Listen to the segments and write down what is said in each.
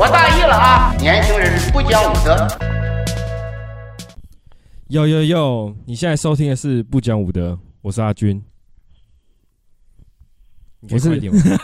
我大意了啊！年轻人不讲武德。 哟，你现在收听的是不讲武德，我是阿军。 我是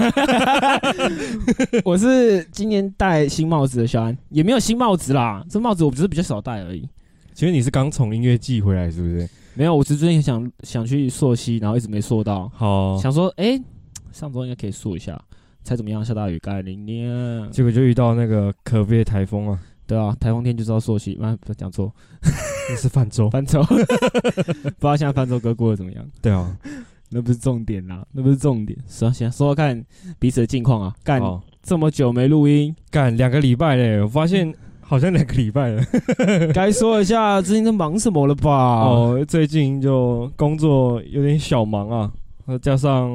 我是今年戴新帽子的小安，也没有新帽子啦，这帽子我只是比较少戴而已。 请问你是刚从音乐季回来是不是？ 没有，我只是最近想去溯溪，然后一直没溯到。 好， 想说上周应该可以溯一下，猜怎么样？下大雨该淋呢？ 结果就遇到那个可悲的台风啊！ 对啊，台风天就知道溯溪，不讲错， 那是泛舟， 泛舟，不知道现在泛舟哥过得怎么样？ 对啊。 那不是重点啦，那不是重点。先说说看彼此的近况啊。干这么久没录音， 干2个礼拜嘞，我发现好像2个礼拜了。 该说一下最近在忙什么了吧？ 最近就工作有点小忙啊，加上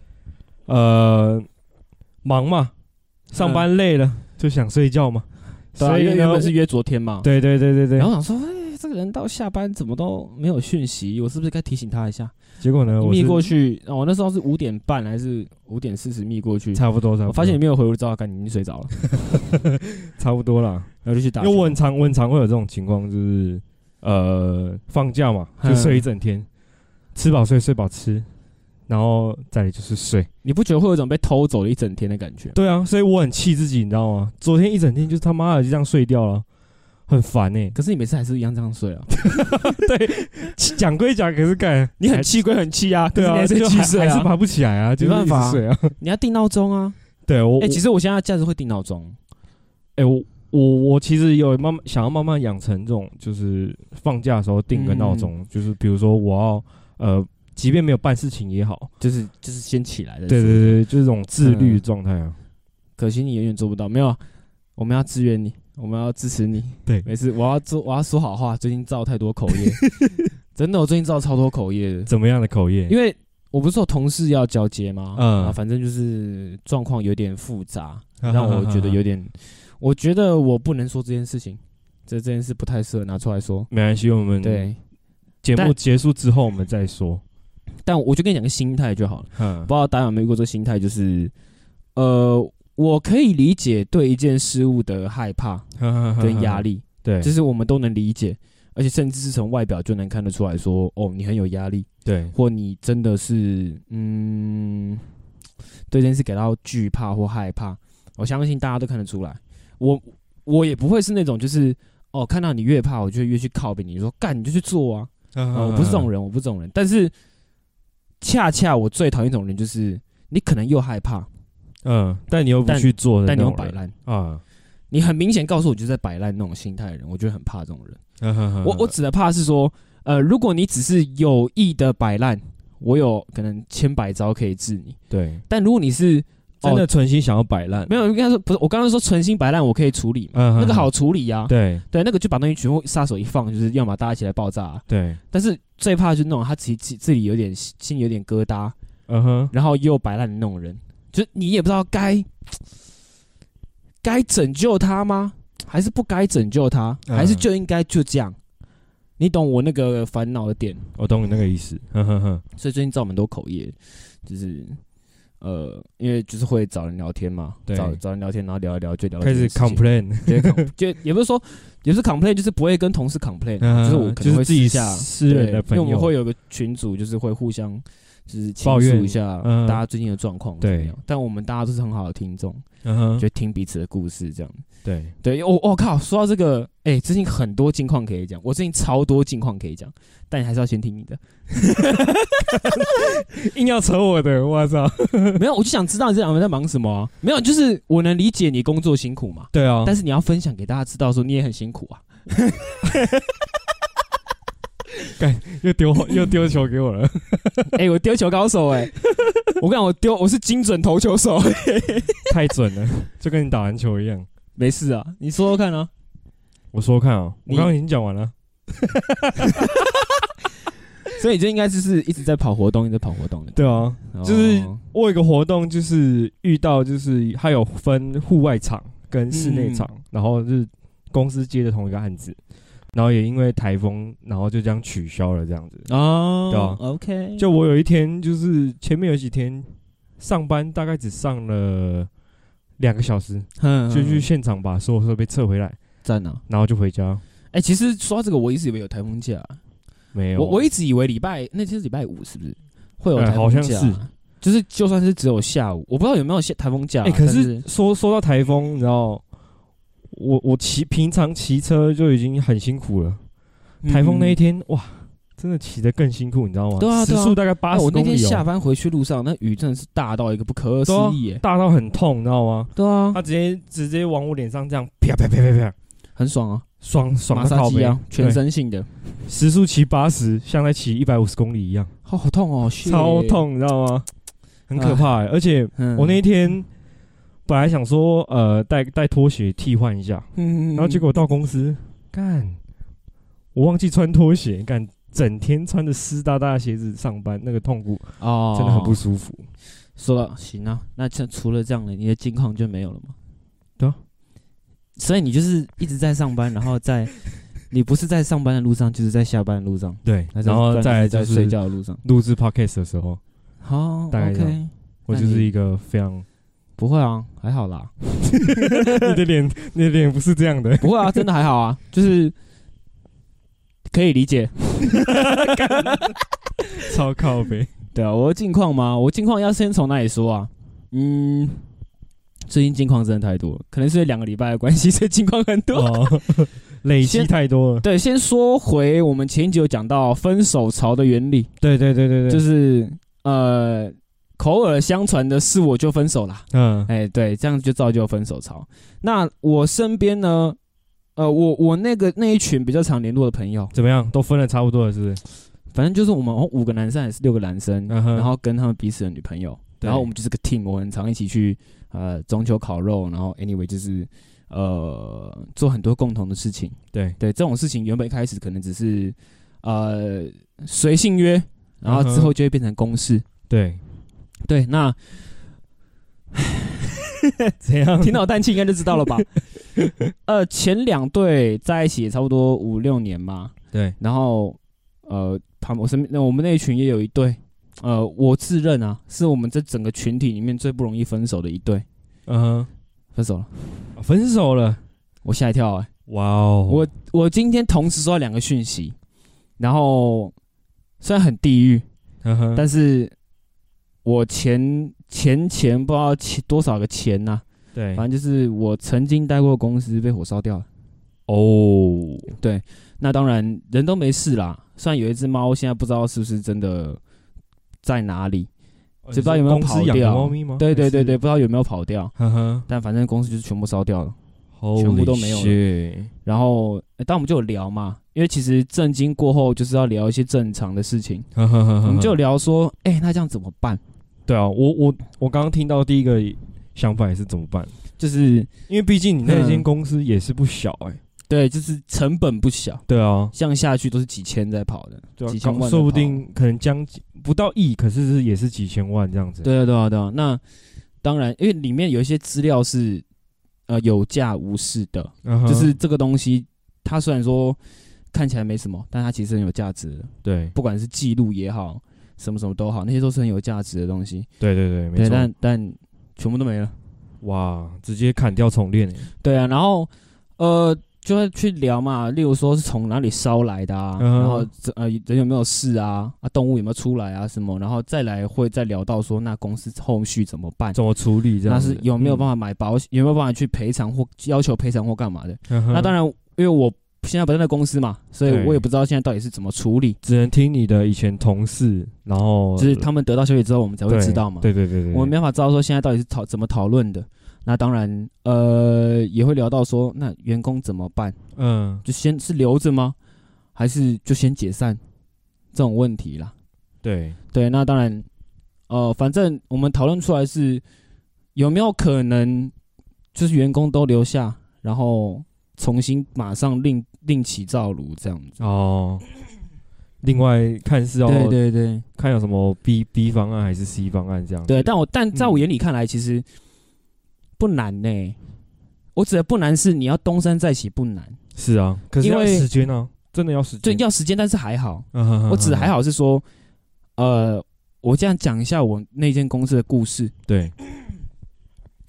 忙嘛，上班累了就想睡觉嘛。 所以原本是约昨天嘛。 对。 然后想说，这个人到下班怎么都没有讯息，我是不是该提醒他一下？ 结果呢，我密过去，我那时候是5点半还是5点40密过去， 差不多。 我发现你没有回，我就知道，干你已经睡着了， 差不多啦。 然后就去打球。 因为我很常会有这种情况，就是放假嘛，就睡一整天，吃饱睡，睡饱吃，然后再来就是睡。 你不觉得会有一种被偷走了一整天的感觉？ 对啊，所以我很气自己，你知道吗？昨天一整天就是他妈的就这样睡掉了。很烦欸， 可是你每次还是一样这样睡啊？ 对，讲归讲，可是干你很气归很气啊， 对啊， 还是继续睡啊， 还是爬不起来啊， 没办法睡啊。 你要定闹钟啊。 对我， 其实我现在假日会定闹钟。 我其实有想要慢慢养成这种，就是放假的时候定个闹钟，就是比如说我要即便没有办事情也好， 就是先起来的。 对，就是这种自律状态啊。 可惜你永远做不到，没有，我们要支援你。我们要支持你， 对， 没事，我要说好话。最近造太多口业，真的，我最近造超多口业的。 怎么样的口业？ 因为我不是有同事要交接吗？反正就是状况有点复杂，让我觉得有点，我觉得我不能说这件事情，这件事不太适合拿出来说。 没关系，我们对节目结束之后我们再说。 但我就跟你讲个心态就好了。不知道大家有没有遇过这个心态，就是我可以理解对一件事物的害怕跟压力， 对， 就是我们都能理解，而且甚至是从外表就能看得出来说，你很有压力， 对， 或你真的是对这件事感到惧怕或害怕，我相信大家都看得出来。我也不会是那种就是看到你越怕，我就越去靠北你，说干你就去做啊，我不是这种人，但是恰恰我最讨厌一种人，就是你可能又害怕。 但你又不去做的， 但你又摆烂啊！你很明显告诉我就是在摆烂那种心态的人，我就很怕这种人。我指的怕是说，如果你只是有意的摆烂，我有可能千百招可以治你。对，但如果你是真的存心想要摆烂， 没有，应该说不是。我刚刚说存心摆烂，我可以处理嘛，那个好处理啊。对，那个就把东西全部撒手一放，就是要么大家一起来爆炸啊。对，但是最怕就是那种他自己有点心里有点疙瘩，然后又摆烂的那种人。就是你也不知道该拯救他吗？还是不该拯救他？还是就应该就这样？你懂我那个烦恼的点？ 我懂你那个意思。 所以最近造蛮多口业，就是因为就是会找人聊天嘛，找人聊天，然后聊一聊就聊到开始 complain， 就也不是说也不是 complain， 就是不会跟同事 complain， 就是我可能会自己私人的朋友， 因为我们会有个群组，就是会互相。就是倾诉一下大家最近的状况怎么样，但我们大家都是很好的听众，就听彼此的故事这样。对，我靠，说到这个，最近很多近况可以讲，我最近超多近况可以讲，但你还是要先听你的， 硬要扯我的，我操！ 没有，我就想知道你这两个人在忙什么啊？没有，就是我能理解你工作辛苦嘛， 对啊， 但是你要分享给大家知道，说你也很辛苦啊。 干又丢球给我了， 我丢球高手我跟你讲，我是精准投球手， 太准了，就跟你打篮球一样。 没事啊，你说说看啊。 我说说看啊，我刚刚已经讲完了。 所以你就应该就是一直在跑活动，一直在跑活动的。 对啊，就是我有一个活动，就是遇到就是它有分户外场跟室内场，然后是公司接的同一个案子。然后也因为台风，然后就这样取消了这样子。哦，对吧 ？OK。 就我有一天，就是前面有几天上班，大概只上了 2个小时，就去现场把所有设备撤回来， 赞啊！ 然后就回家。 其实说到这个，我一直以为有台风假， 没有， 我一直以为那天是礼拜5，是不是会有台风假？ 好像是， 就是就算是只有下午，我不知道有没有台风假。 可是说到台风，你知道，我平常骑车就已经很辛苦了，台风那一天哇，真的骑得更辛苦，你知道吗？ 对啊， 时速大概80公里。 我那天下班回去路上，那雨真的是大到一个不可思议， 大到很痛，你知道吗？ 对啊， 他直接往我脸上这样啪啪啪啪啪，很爽啊，爽马杀鸡啊，全身性的， 时速骑80，像在骑150公里一样， 好痛哦， 超痛，你知道吗？很可怕，而且我那一天本来想说带拖鞋替换一下，然后结果到公司干，我忘记穿拖鞋，干整天穿着湿哒哒的鞋子上班，那个痛苦真的很不舒服。 说了行啊，那除了这样的，你的近况就没有了吗？ 对啊， 所以你就是一直在上班，然后你不是在上班的路上，就是在下班的路上。 对，然后再来就是睡觉的路上， 录制 podcast 的时候。 好， 大概这样。我就是一个非常不会啊，还好啦。 你的脸不是这样的。 不会啊，真的还好啊，就是可以理解。 超靠北。 对啊，我的近况吗？我近况要先从哪里说啊？最近近况真的太多了，可能是2个礼拜的关系，所以近况很多。累积太多了。对，先说回我们前一集有讲到分手潮的原理。对，就是口耳相传的是我就分手啦。对，这样就造就分手潮。那我身边呢，我那一群比较常联络的朋友，怎么样？都分了差不多了，是不是？反正就是我们5个男生还是6个男生，然后跟他们彼此的女朋友，然后我们就是个 team， 我很常一起去中秋烤肉，然后 anyway 就是做很多共同的事情。对，这种事情原本一开始可能只是随性约，然后之后就会变成公事。对，那怎样？听到我淡气应该就知道了吧？前2对在一起也差不多5、6年嘛。对，然后我们那一群也有一对，我自认啊，是我们这整个群体里面最不容易分手的一对。分手了，我吓一跳哇哦！我今天同时收到2个讯息，然后虽然很地狱，但是我前不知道多少个钱呐。对，反正就是我曾经待过公司被火烧掉了。对，那当然人都没事啦。虽然有一只猫，现在不知道是不是真的在哪里，不知道有没有跑掉。猫咪吗？对，不知道有没有跑掉。但反正公司就是全部烧掉了，全部都没有了。然后，但我们就有聊嘛，因为其实震惊过后就是要聊一些正常的事情。我们就聊说，那这样怎么办？对啊，我刚刚听到第一个想法也是怎么办，就是因为毕竟你那间公司也是不小对，就是成本不小。对啊，这样下去都是几千在跑的，对啊，几千万，说不定可能不到亿，可是也是几千万这样子。对啊。那当然，因为里面有一些资料是有价无市的，就是这个东西，它虽然说看起来没什么，但它其实很有价值的。对，不管是记录也好，什么都好，那些都是很有价值的东西。对，没错。但全部都没了，哇！直接砍掉重练。对啊，然后就会去聊嘛，例如说是从哪里烧来的啊，然后人有没有事啊，动物有没有出来啊什么，然后再聊到说那公司后续怎么办，怎么处理这样子，那是有没有办法买保险，有没有办法去赔偿或要求赔偿或干嘛的。那当然，因为我现在不在那公司嘛，所以我也不知道现在到底是怎么处理，只能听你的以前同事，然后就是他们得到消息之后，我们才会知道嘛。对，我们没办法知道说现在到底是怎么讨论的。那当然，也会聊到说，那员工怎么办？就先是留着吗？还是就先解散？这种问题啦。对，那当然，反正我们讨论出来是有没有可能，就是员工都留下，然后重新马上另起灶炉这样子。另外看是要对，看有什么 B 方案还是 C 方案这样子。对，但在我眼里看来，其实不难呢。我指的不难是你要东山再起不难。是啊，可是要时间啊，真的要时间。对，要时间，但是还好。我指的还好是说，我这样讲一下我那间公司的故事。对，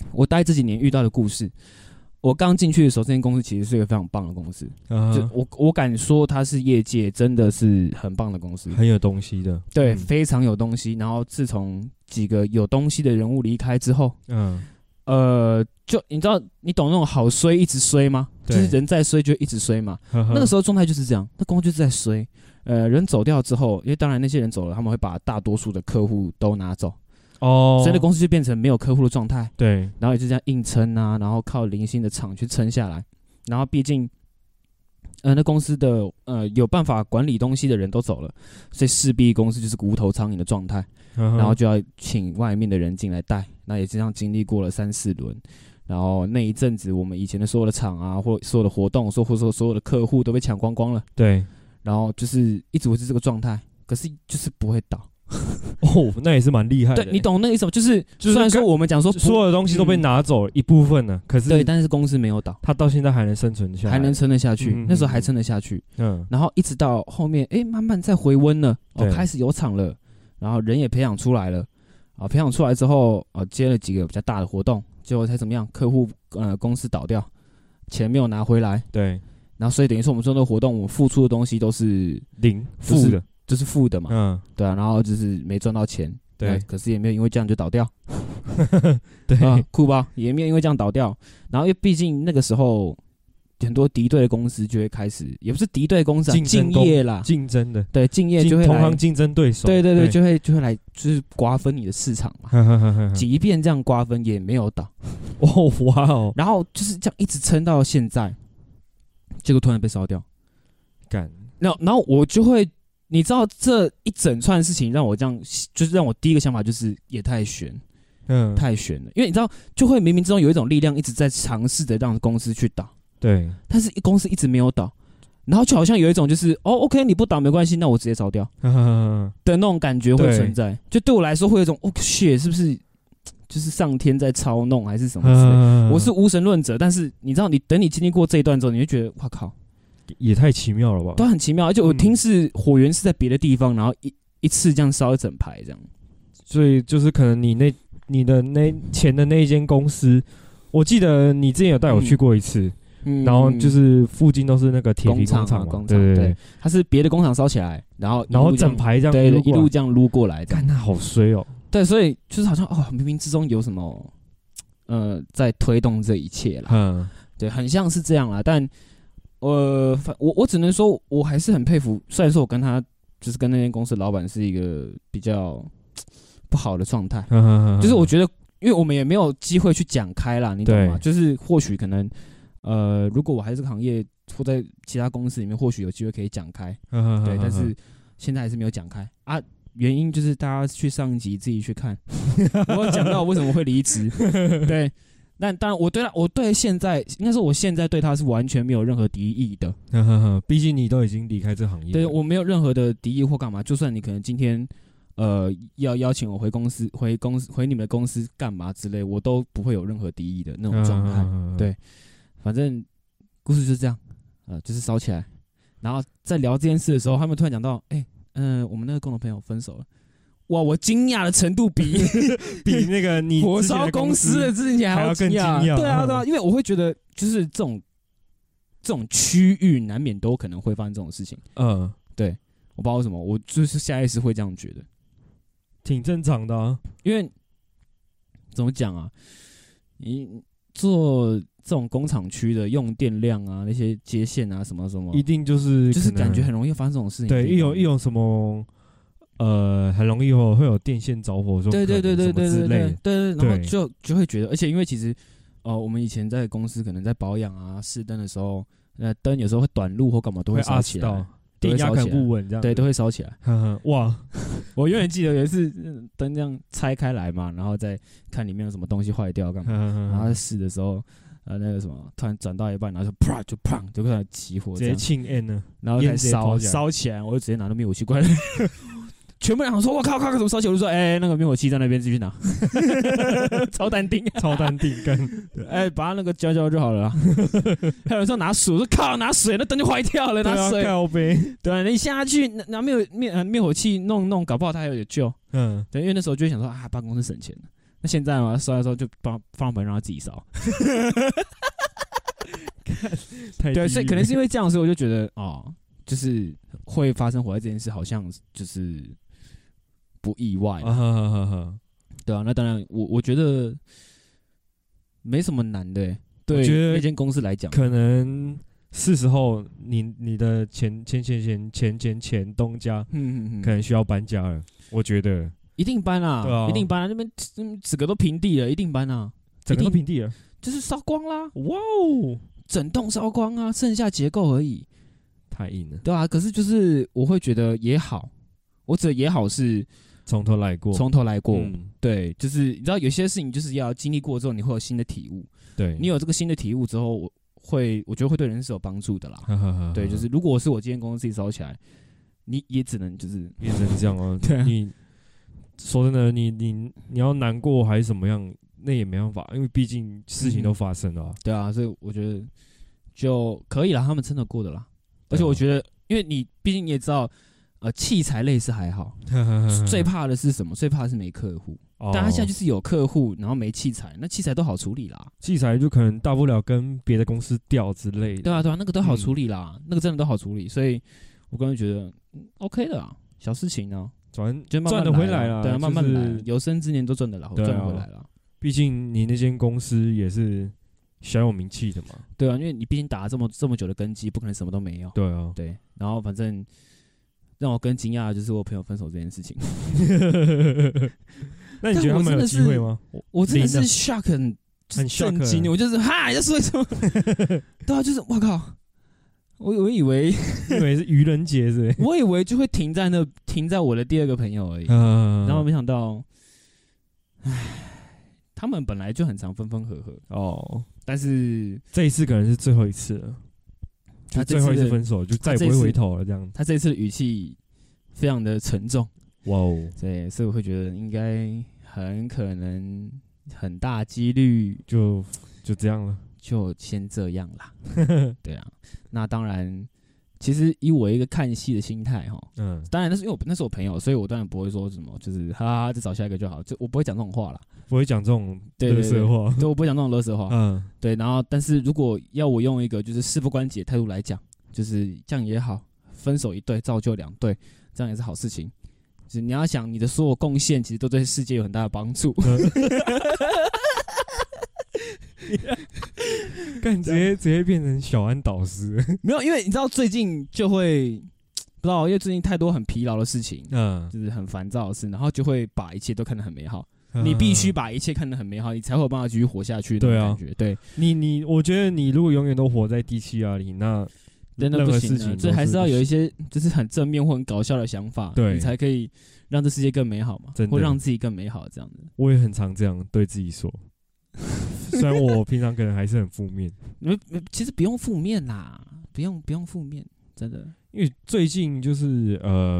我待这几年遇到的故事。我刚进去的时候，这间公司其实是一个非常棒的公司，就我敢说它是业界真的是很棒的公司， 很有东西的， 对，非常有东西。然后自从几个有东西的人物离开之后，就你知道你懂那种好衰一直衰吗？就是人在衰就一直衰嘛。那个时候状态就是这样，那公司就是在衰。人走掉之后，因为当然那些人走了，他们会把大多数的客户都拿走。所以那公司就变成没有客户的状态， 对， 然后也就这样硬撑啊，然后靠零星的厂去撑下来，然后毕竟，那公司的有办法管理东西的人都走了，所以势必公司就是无头苍蝇的状态，然后就要请外面的人进来带，那也这样经历过了3-4轮，然后那一阵子我们以前的所有的厂啊，或所有的活动，或者说所有的客户都被抢光光了， 对， 然后就是一直维持这个状态，可是就是不会倒。 那也是蛮厉害的。 对，你懂那意思吗？就是虽然说我们讲说所有的东西都被拿走一部分了，可是对，但是公司没有倒， 他到现在还能生存下来， 还能撑得下去。那时候还撑得下去，然后一直到后面，慢慢再回温了，开始有厂了，然后人也培养出来了，培养出来之后，接了几个比较大的活动，结果才怎么样？客户公司倒掉，钱没有拿回来， 对， 然后所以等于说我们做那个活动，我们付出的东西都是零负的。 就是负的嘛，对啊，然后就是没赚到钱，对，可是也没有因为这样就倒掉， 对酷吧，也没有因为这样倒掉，然后因为毕竟那个时候很多敌对的公司就会开始，也不是敌对公司，竞业啦， 竞争的， 对，竞业就会同行竞争对手， 对，就会来就是瓜分你的市场嘛，即便这样瓜分也没有倒， 哇哦， 然后就是这样一直撑到现在，结果突然被烧掉， 干， 然后我就会。你知道这一整串事情让我这样，就是让我第一个想法就是也太悬，太悬了。因为你知道，就会冥冥之中有一种力量一直在尝试的让公司去倒， 对， 但是公司一直没有倒，然后就好像有一种就是OK 你不倒没关系，那我直接烧掉的那种感觉会存在。就对我来说会有一种shit，是不是就是上天在操弄还是什么之类？我是无神论者，但是你知道，等你经历过这一段之后，你会觉得哇靠。 也太奇妙了吧！ 都很奇妙，而且我听是火源是在别的地方，然后一次这样烧一整排这样， 所以就是可能你的那前的那一间公司，我记得你之前有带我去过一次，然后就是附近都是那个铁皮工厂嘛，对， 它是别的工厂烧起来，然后整排这样对一路这样撸过来， 干那好衰哦， 对，所以就是好像冥冥之中有什么在推动这一切啦，对，很像是这样啦，但。我只能说，我还是很佩服。虽然说我跟他就是跟那间公司的老板是一个比较不好的状态，就是我觉得，因为我们也没有机会去讲开啦，你懂吗？就是或许可能，如果我还是这个行业或在其他公司里面，或许有机会可以讲开，对，但是现在还是没有讲开啊。原因就是大家去上一集自己去看，我有讲到为什么会离职，对。但当然，我对现在应该说，我现在对他是完全没有任何敌意的。 毕竟你都已经离开这行业了， 对我没有任何的敌意或干嘛。就算你可能今天要邀请我回你们的公司干嘛之类，我都不会有任何敌意的那种状态。对，反正故事就是这样，就是烧起来。然后在聊这件事的时候，他们突然讲到，我们那个共同朋友分手了。哇！我惊讶的程度比那个你火烧公司的之前还要更惊讶。 对啊，因为我会觉得就是这种区域难免都可能会发生这种事情。对，我不知道为什么，我就是下意识会这样觉得， 挺正常的啊。 因为怎么讲啊？你做这种工厂区的用电量啊，那些接线啊，什么什么， 一定就是感觉很容易发生这种事情。 对，一有什么。很容易会有电线着火，说对之类的，然后就会觉得，而且因为其实，我们以前在公司可能在保养啊、试灯的时候，灯有时候会短路或干嘛都会烧起来， 电压可能不稳，这样对，都会烧起来。 哇！ 我永远记得有一次灯这样拆开来嘛，然后再看里面有什么东西坏掉干嘛，然后在试的时候。那个什么，突然转到一半，然后就砰就开始起火， 直接庆 N 了， 然后开始烧起来，我就直接拿到灭火器过来。全部人想说：“我靠，怎么烧起来？”我就说：“那个灭火器在那边，自己去拿。”超淡定，干，把它那个浇就好了啦。还有人说拿水，我说靠，拿水，那灯就坏掉了。拿水，对，你下去拿灭火器弄，搞不好它还有救。对，因为那时候就会想说办公室省钱， 那现在嘛，烧的时候就放盆让他自己烧。对，所以可能是因为这样，所以我就觉得哦，就是会发生火灾这件事，好像就是不意外。对啊，那当然我觉得没什么难的。对那间公司来讲， 可能是时候你的前东家，可能需要搬家了。我觉得一定搬啊， 对啊， 一定搬啊，那边整个都平地了，一定搬啊， 整个都平地了， 就是烧光啦。 哇哦， 整栋烧光啊，剩下结构而已， 太硬了。 对啊，可是就是我会觉得也好，我指的也好是从头来过， 对，就是你知道有些事情就是要经历过之后，你会有新的体悟。 对， 你有这个新的体悟之后，我觉得会对人是有帮助的啦。对，就是如果是我今天公司自己烧起来，你也只能这样哦。 对啊， 你说真的，你要难过还是怎么样，那也没办法，因为毕竟事情都发生了。 对啊，所以我觉得就可以啦，他们撑得过的啦。而且我觉得，因为你毕竟你也知道，器材类是还好，最怕的是什么？最怕的是没客户。但他现在就是有客户，然后没器材，那器材都好处理啦。 器材就可能大不了跟别的公司调之类的。 对啊，那个都好处理啦，那个真的都好处理。所以我个人觉得OK 的啦，小事情呢， 赚得回来啦。 对啊，慢慢来，有生之年都赚得了，赚得回来啦。 毕竟你那间公司也是小有名气的嘛。对啊，因为你毕竟打了这么久的根基，不可能什么都没有。 对啊， 对。然后反正让我更惊讶的就是我朋友分手这件事情。 那你觉得他们有机会吗？ 我真的是 shock 很震惊，我就是哈，在说什么？对啊，就是我靠，我以为是愚人节是不是？ 我以为就会停在我的第二个朋友而已，然后没想到，他们本来就很常分合哦，但是这一次可能是最后一次了，就最后一次分手，就再也不会回头了。这样， 他这次的语气非常的沉重。 哇哦！ 对，所以我会觉得应该很可能很大几率就这样了， 就先这样啦。对啊，那当然，其实以我一个看戏的心态哈，当然那是因为那是我朋友，所以我当然不会说什么，就是哈哈，再找下一个就好，就我不会讲这种话啦， 不会讲这种垃圾话， 对，我不会讲这种垃圾话。对，然后但是如果要我用一个就是事不关己的态度来讲，就是这样也好，分手一对造就两对，这样也是好事情。就是你要想，你的所有贡献其实都对世界有很大的帮助。 干直接变成小安导师， 没有，因为你知道最近就会不知道，因为最近太多很疲劳的事情，就是很烦躁的事，然后就会把一切都看得很美好。你必须把一切看得很美好，你才会有办法继续活下去的感觉。对， 我觉得你如果永远都活在低气压里，那真的不行啊，这还是要有一些就是很正面或很搞笑的想法， 对， 你才可以让这世界更美好嘛，或让自己更美好这样子。 我也很常这样对自己说，虽然我平常可能还是很负面。 其实不用负面啦，不用负面，真的。 因为最近就是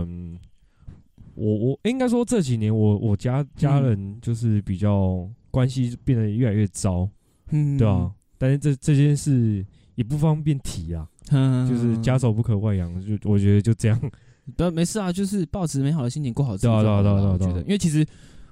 我应该说这几年我家人就是比较关系变得越来越糟，对啊，但是这件事也不方便提啊。就是家丑不可外扬，就我觉得就这样。 对，没事啊，就是抱持美好的心情过好自己就好了。 对， 我觉得，因为其实，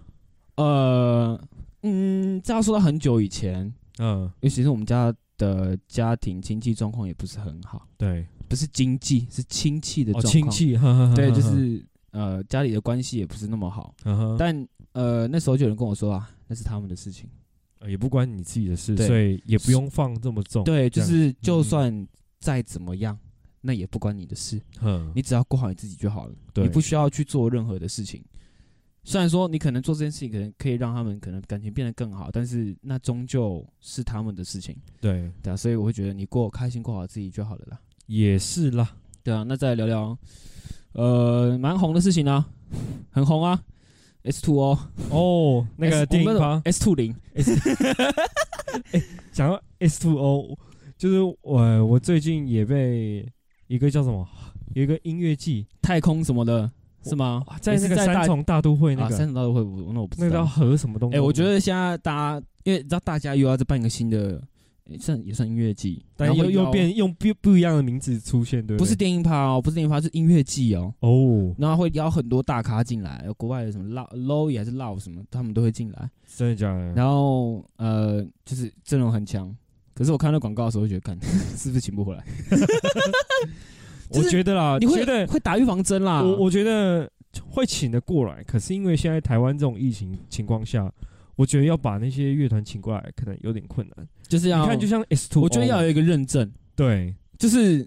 这要说到很久以前，尤其是我们家的家庭经济状况也不是很好， 对， 不是经济，是亲戚的状况， 亲戚， 对，就是家里的关系也不是那么好，但那时候就有人跟我说啊，那是他们的事情， 也不关你自己的事，所以也不用放这么重， 对，就是就算再怎么样，那也不关你的事，你只要过好你自己就好了，你不需要去做任何的事情。虽然说你可能做这件事情，可能可以让他们可能感情变得更好，但是那终究是他们的事情。对啊，所以我会觉得你开心过好自己就好了啦。也是啦，对啊。那再来聊聊，蛮红的事情啊，很红啊 ，S2O 哦，那个电影趴 S20， 讲到 S2O， 就是我最近也被一个叫什么，有一个音乐季太空什么的。是吗？ 在那个三重大都会那个三重大都会，那我不知道。 那个叫和什么东西？ 我觉得现在大家，因为你知道大家又要再办一个新的也算音乐季， 但又变用不一样的名字出现，对不对？ 不是电音趴哦，不是电音趴，是音乐季哦。 哦， 然后会邀很多大咖进来，国外的什么 Lowy 还是 Love 什么，他们都会进来。 真的假的？ 然后就是阵容很强，可是我看到广告的时候，就觉得，看是不是请不回来？ 我觉得啦， 你会打预防针啦。 我觉得会请得过来，可是因为现在台湾这种疫情况下，我觉得要把那些乐团请过来，可能有点困难。 就是要你看，就像 S2， 我觉得要有一个认证。 对， 就是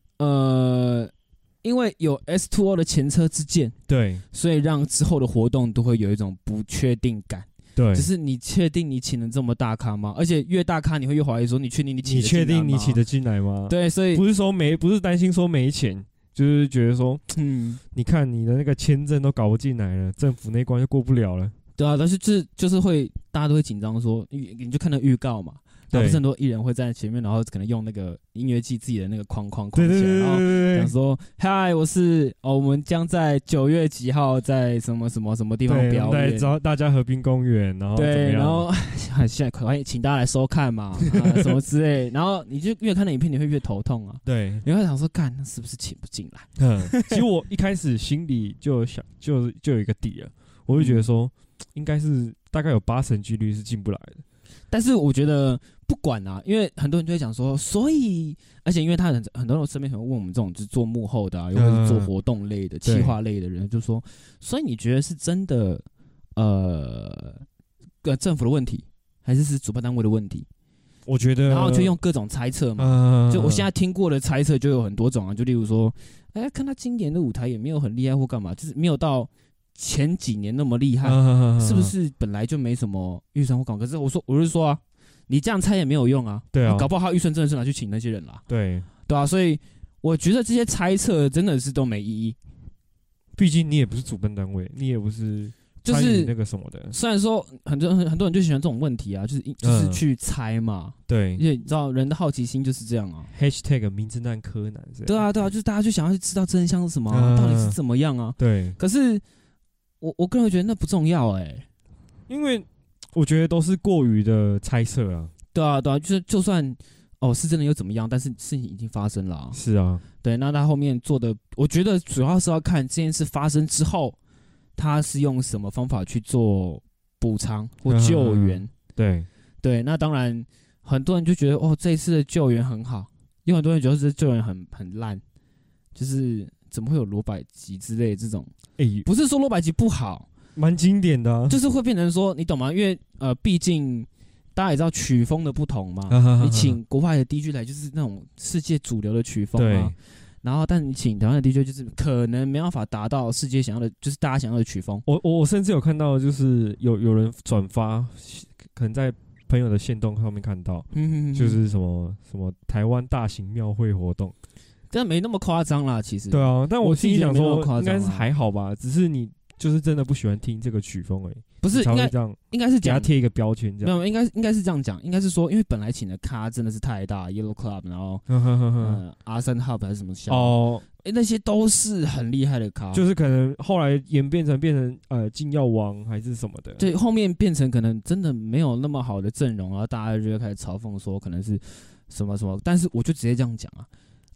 因为有 S2O 的前车之鉴， 对， 所以让之后的活动都会有一种不确定感。 对， 只是你确定你请了这么大咖吗？而且越大咖，你会越怀疑说，你确定你请得进来吗？ 对，所以不是担心说没钱，就是觉得说，你看你的那个签证都搞不进来了，政府那关就过不了了。对啊，但是就是会大家都会紧张说，你就看到预告嘛。不是很多艺人会站在前面，然后可能用那个音乐季自己的那个框起来，然后讲说：“嗨，我们将在9月几号在什么什么什么地方表演， 找大家河滨公园，然后对，然后现在快请大家来收看嘛，什么之类。然后你就越看那影片，你会越头痛啊。对，你会想说，干，那是不是请不进来？ 其实我一开始心里就有一个底了，我会觉得说，应该是大概有80%几率是进不来的。 但是我觉得不管啊，因为很多人就会讲说，所以而且因为他很多人身边可能问我们这种就是做幕后的啊，又或是做活动类的、企划类的人，就说，所以你觉得是真的政府的问题，还是主办单位的问题？ 我觉得， 然后就用各种猜测嘛，就我现在听过的猜测就有很多种啊，就例如说，看他今年的舞台也没有很厉害或干嘛，就是没有到前几年那么厉害，是不是本来就没什么预算或干嘛？可是我是说啊，你这样猜也没有用啊，对啊，搞不好他预算真的是拿去请那些人啦，对啊，所以我觉得这些猜测真的是都没意义， 毕竟你也不是主办单位，你也不是就是那个什么的。虽然说很多人就喜欢这种问题啊，就是去猜嘛，对，因为你知道人的好奇心就是这样啊。 #名侦探柯南， 对啊，就是大家就想要去知道真相是什么啊，到底是怎么样啊？对，可是。我个人觉得那不重要因为我觉得都是过于的猜测啊。 对啊，就算是真的又怎么样，但是事情已经发生了啊。 是啊，对， 那他后面做的，我觉得主要是要看这件事发生之后，他是用什么方法去做补偿或救援。对，那当然很多人就觉得这一次的救援很好，有很多人觉得这救援很烂，就是怎么会有罗百吉之类的这种。不是说罗百吉不好， 蛮经典的啊， 就是会变成说，你懂吗？因为毕竟大家也知道曲风的不同嘛，你请国外的 DJ 来就是那种世界主流的曲风嘛，然后但你请台湾的 DJ 就是可能没办法达到世界想要的，就是大家想要的曲风。 我甚至有看到，就是有人转发，可能在朋友的限动上面看到，就是什么台湾大型庙会活动。 但没那么夸张啦，其实。 对啊，但我心里想说，应该是还好吧，只是你就是真的不喜欢听这个曲风而已。不是， 应该是给他贴一个标签这样。 没有，应该是这样讲，应该是说，因为本来请的咖真的是太大 ，Yellow Club， 然后R3 Hub 还是什么小那些都是很厉害的咖， 就是可能后来变成禁药王还是什么的。 对，后面变成可能真的没有那么好的阵容，然后大家就会开始嘲讽说可能是什么什么，但是我就直接这样讲啊。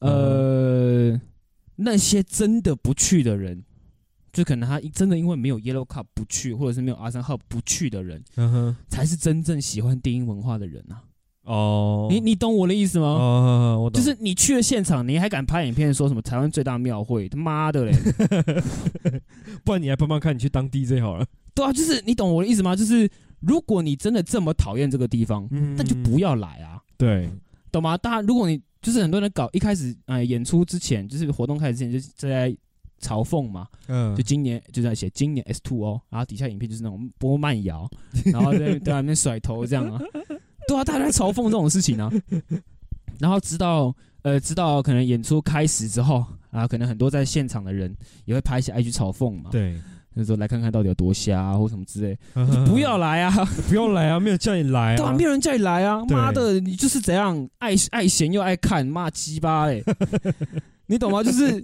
那些真的不去的人，就可能他真的因为没有 Yellow Cup 不去，或者是没有R3 Hub 不去的人，才是真正喜欢电音文化的人啊。你懂我的意思吗？我懂。就是你去了现场，你还敢拍影片说什么台湾最大庙会？他妈的嘞！ 不然你来帮忙看，你去当 DJ 好了。 对啊，就是你懂我的意思吗？就是如果你真的这么讨厌这个地方，那就不要来啊。对，懂吗？大家如果你就是很多人搞一开始演出之前，就是活动开始之前就在嘲讽嘛，就今年就在写今年 S2O， 然后底下影片就是那种播慢摇，然后在那边甩头这样啊，对啊，大家在嘲讽这种事情啊，然后直到可能演出开始之后啊，可能很多在现场的人也会拍一些 IG 嘲讽嘛，对。就是说来看看到底有多瞎啊，或什么之类，就不要来啊！ 不要来啊！没有叫你来啊！ 对啊，没有人叫你来啊！妈的，你就是怎样爱闲又爱看，骂鸡巴嘞！你懂吗？就是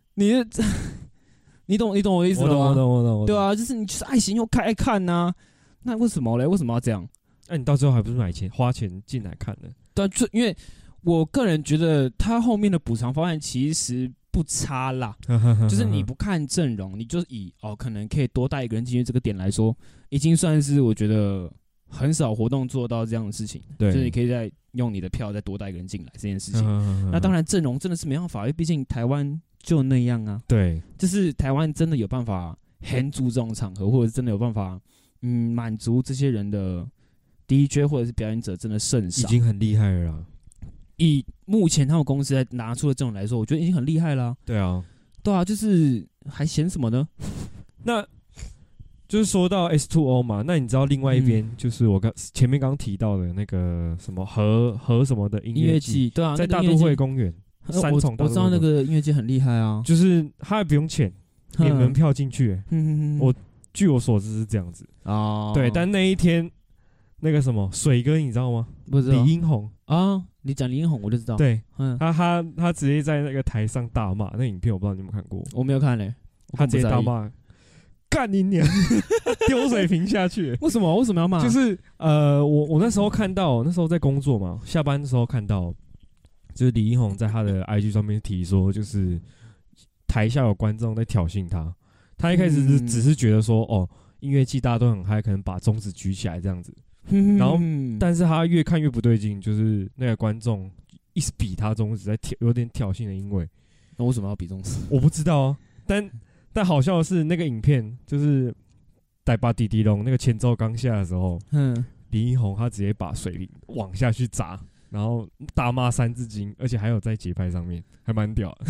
你懂我的意思吗？ 我懂。 对啊，就是你就是爱闲又爱看呐，那为什么嘞？为什么要这样？ 那你到最后还不是花钱进来看的？ 对，就因为我个人觉得他后面的补偿方案其实不差啦，就是你不看阵容，你就以可能可以多带一个人进去这个点来说，已经算是我觉得很少活动做到这样的事情。对，就是你可以再用你的票再多带一个人进来这件事情。那当然阵容真的是没办法，因为毕竟台湾就那样啊。对，就是台湾真的有办法 handle 住这种场合，或者是真的有办法满足这些人的 DJ 或者是表演者真的甚少， 已经很厉害了啦。 以目前他们公司拿出的这种来说，我觉得已经很厉害了啊。对啊，就是还嫌什么呢？ 那就是说到 S2O 嘛，那你知道另外一边就是我前面刚提到的那个什么和什么的音乐季， 对啊， 在大都会公园3重大都会公园， 我知道那个音乐季很厉害啊， 就是他也不用钱，免门票进去。据我所知是这样子啊。对，但那一天那个什么水哥你知道吗？ 不知道。 李英宏啊，你讲李英宏我就知道。 对，他直接在那个台上大骂，那影片我不知道你有没有看过。 我没有看嘞。 他直接大骂，干你娘，丢水瓶下去。为什么要骂？就是我那时候看到，那时候在工作嘛，下班的时候看到，就是李英宏在他的 IG 上面提说，就是台下有观众在挑衅他。他一开始只是觉得说，音乐季大家都很嗨，可能把中指举起来这样子。然后，但是他越看越不对劲，就是那个观众一直比他中指，在有点挑衅的意味。 那为什么要比中指？ 我不知道啊。但好笑的是，那个影片就是在把滴滴龙那个前奏刚下的时候，李英宏他直接把水瓶往下去砸，然后大骂3字经，而且还有在节拍上面，还蛮屌的。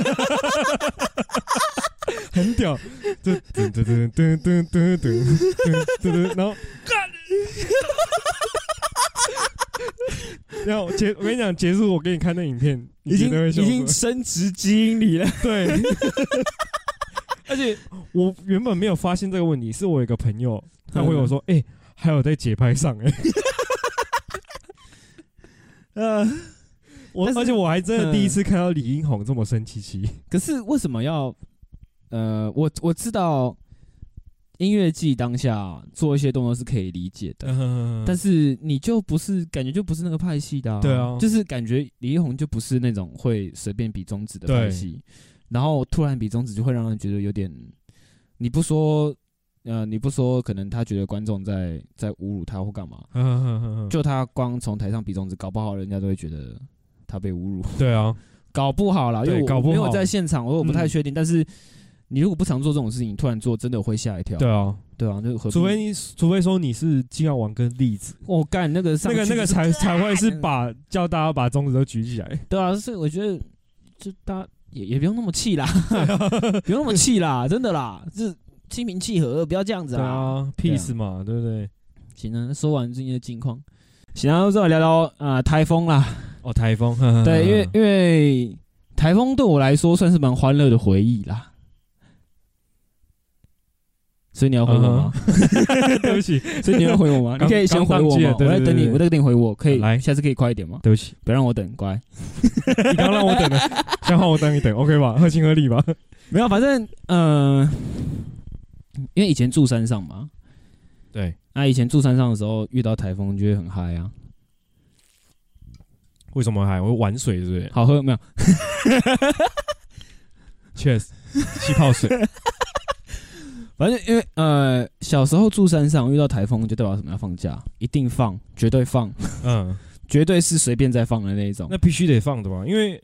很屌，就噔噔噔噔噔噔噔，然后然后我跟你讲，结束我给你看那影片，已经升职经理了。对， 而且我原本没有发现这个问题，是我有一个朋友他回我说，还有在节拍上而且我还真的第一次看到李英宏这么生气。 可是为什么要？我知道音乐季当下做一些动作是可以理解的，但是你就不是感觉就不是那个派系的。对啊，就是感觉李英宏就不是那种会随便比中指的派系，然后突然比中指就会让人觉得有点，你不说可能他觉得观众在侮辱他或干嘛，就他光从台上比中指，搞不好人家都会觉得他被侮辱。对啊，搞不好啦，因为我没有在现场，我不太确定，但是。你如果不常做这种事情，突然做真的会吓一跳。对啊，就除非说你是金耀王跟栗子， 干那个才会是叫大家把中指都举起来。 对啊，所以我觉得就大家也不用那么气啦，不用那么气啦，真的啦，是心平气和，不要这样子啊。 对啊 ，peace 嘛，对不对？ 行啊，说完最近的近况，行啊，再来聊聊台风啦。 台风， 对，因为台风对我来说算是蛮欢乐的回忆啦。所以你要回我吗？ 对不起， 所以你要回我吗？你可以先回我吗？我在等你，我在等你回我。可以来， 下次可以快一点吗？ 对不起， 不要让我等，乖。 你刚让我等了，先换我等一等 ，OK 吧？合情合理吧？ 没有，反正因为以前住山上嘛， 对， 那以前住山上的时候遇到台风就会很嗨啊。 为什么嗨？我玩水是不是？ 好喝没有？ 确实，气泡水。 反正因为小时候住山上遇到台风就代表什么要放假，一定放，绝对放，绝对是随便再放的那一种。 那必须得放的吧？因为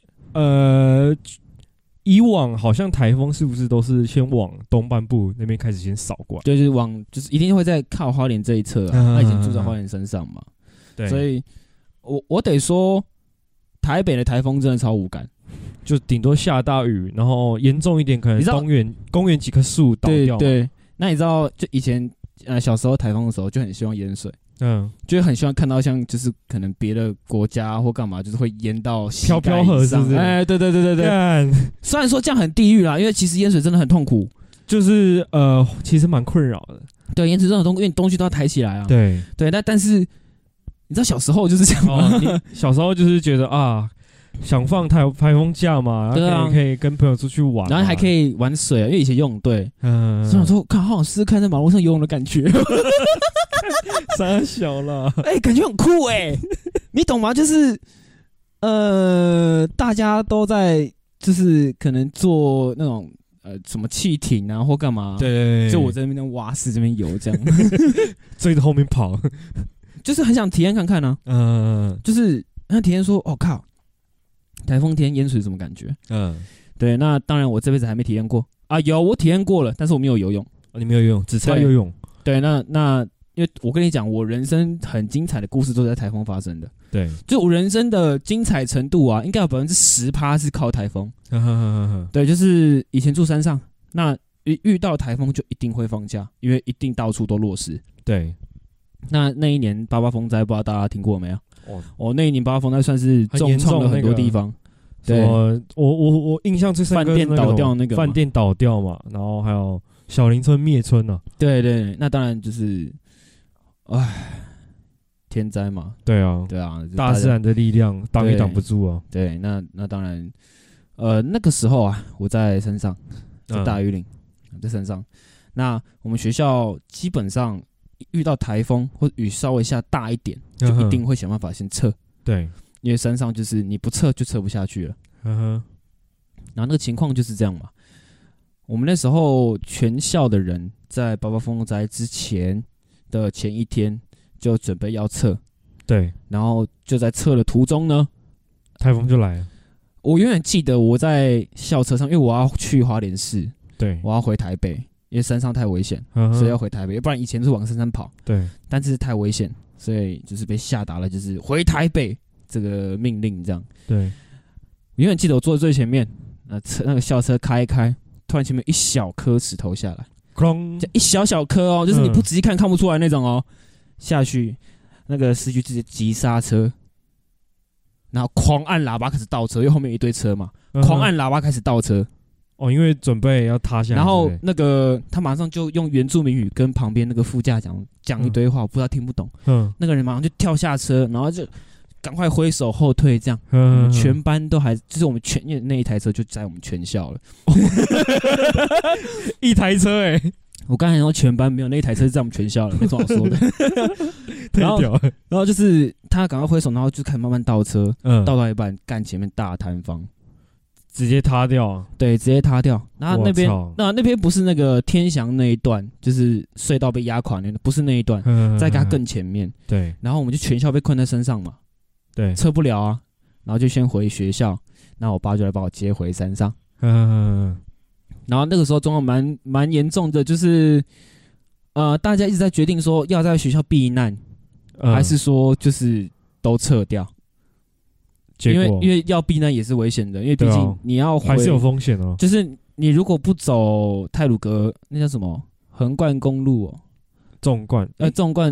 以往好像台风是不是都是先往东半部那边开始先扫过来？ 对，就是一定会在靠花莲这一侧啊。他以前住在花莲山上嘛，对，所以我得说，台北的台风真的超无感。 就顶多下大雨，然后严重一点可能公园几棵树倒掉。 对，那你知道，就以前小时候台风的时候就很希望淹水，就很希望看到像就是可能别的国家或干嘛，就是会淹到飘飘河是不是？ 对。虽然说这样很地狱啦，因为其实淹水真的很痛苦， 就是其实蛮困扰的。 对，淹水真的很痛苦，因为你东西都要抬起来啊。对，但是你知道小时候就是这样吗？ 小时候就是觉得啊。 想放台风假嘛， 对啊， 可以跟朋友出去玩， 然后还可以玩水啊，因为以前游泳队，所以想说，看好想试试看在马路上游泳的感觉， 傻小了， 感觉很酷你懂吗？就是大家都在就是可能做那种什么汽艇啊或干嘛， 对， 就我在那边蛙式这边游这样， 追着后面跑， 就是很想体验看看啊，就是很体验说，哦靠，台风天淹水是什么感觉？对，那当然我这辈子还没体验过啊，有我体验过了，但是我没有游泳， 你没有游泳，只差游泳， 对，那因为我跟你讲，我人生很精彩的故事都是在台风发生的。对，就我人生的精彩程度啊，应该有10%是靠台风。对，就是以前住山上，那遇到台风就一定会放假，因为一定到处都落石。对，那一年88风灾，不知道大家听过没有？那一年88风灾算是重创了很多地方。对， 我印象最深刻是饭店倒掉那个饭店倒掉嘛，然后还有小林村灭村啊。对对，那当然就是，天灾嘛。对啊， 大自然的力量挡也挡不住啊。 对，那当然，那个时候啊，我在山上，在大屿岭，在山上。那我们学校基本上遇到台风或雨稍微下大一点，就一定会想办法先撤。对，因为山上就是你不撤就撤不下去了。然后那个情况就是这样嘛。我们那时候全校的人在88风灾之前的前一天就准备要撤，对，然后就在撤的途中呢， 台风就来了。 我永远记得我在校车上，因为我要去花莲市，对，我要回台北，因为山上太危险，所以要回台北，要不然以前是往山上跑，对，但是太危险，所以就是被下达了就是回台北这个命令，这样，对，永远记得我坐在最前面，那个校车开一开。突然前面一小颗石头下来，就一小小颗哦，就是你不仔细看不出来那种哦。下去，那个司机直接急刹车，然后狂按喇叭开始倒车，因为后面有一堆车嘛，狂按喇叭开始倒车。 因为准备要塌下来。 然后那个他马上就用原住民语跟旁边那个副驾讲一堆话，我不知道听不懂。那个人马上就跳下车，然后就赶快挥手后退，这样，我们全班都还，就是我们全那一台车就在我们全校了， 一台车我刚才说全班没有，那一台车是在我们全校了，没什么好说的。然后就是他赶快挥手，然后就开始慢慢倒车，倒到一半，干前面大摊方， 直接塌掉， 对，直接塌掉。然后那边不是那个天祥那一段，就是隧道被压垮那个，不是那一段，在他更前面，对。然后我们就全校被困在身上嘛。对，撤不了啊，然后就先回学校，然后我爸就来把我接回山上。然后那个时候状况蛮严重的，就是大家一直在决定说要在学校避难，还是说就是都撤掉。因为要避难也是危险的，因为毕竟你要还是有风险哦。 就是你如果不走太鲁阁，那叫什么横贯公路哦， 纵贯， 那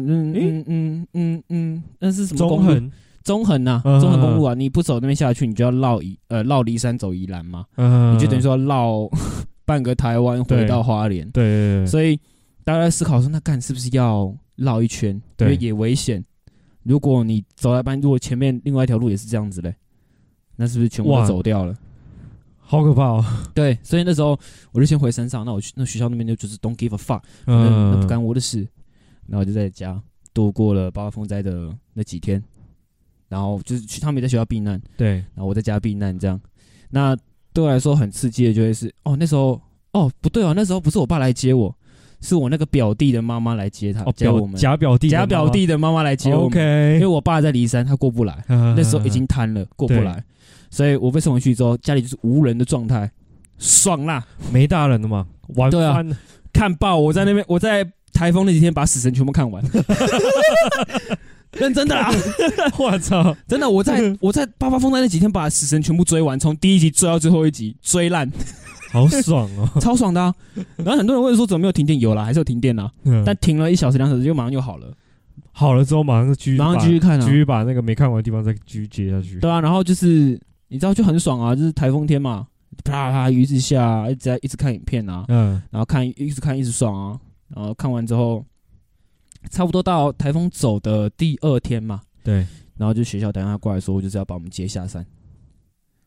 是什么公路？中横啊，中横公路啊，你不走那边下去，你就要绕梨山走宜兰嘛，你就等于说绕半个台湾回到花莲，对，所以大家在思考说，那干是不是要绕一圈？因为也危险。如果你走到一半，如果前面另外一条路也是这样子嘞，那是不是全部都走掉了？ 好可怕哦！ 对，所以那时候我就先回山上，那我去那学校那边就是 don't give a fuck，那不干我的事，然后我就在家度过了88风灾的那几天。然后就是他们也在学校避难，对，然后我在家避难这样。那对我来说很刺激的就会是，那时候不对那时候不是我爸来接我，是我那个表弟的妈妈来接他，接我们假表弟的妈妈来接我们。因为我爸在梨山，他过不来，那时候已经瘫了，过不来，所以我被送回去之后，家里就是无人的状态，爽啦， 没大人的嘛，玩翻了， 看爆！我在那边，我在台风那几天把死神全部看完。认真的啦！ 我操， 真的，我在88风灾那几天把死神全部追完，从第一集追到最后一集，追烂， 好爽哦， 超爽的啊！然后很多人问说怎么没有停电？有啦，还是有停电啦，但停了1小时2小时就马上就好了。 好了之后马上继续看啊， 继续把那个没看完的地方再继续接下去。 对啊，然后就是你知道就很爽啊，就是台风天嘛，啪啪雨一直下，一直看影片啊，然后一直爽啊，然后看完之后。差不多到台风走的第2天嘛，对，然后就学校打电话过来说，就是要把我们接下山，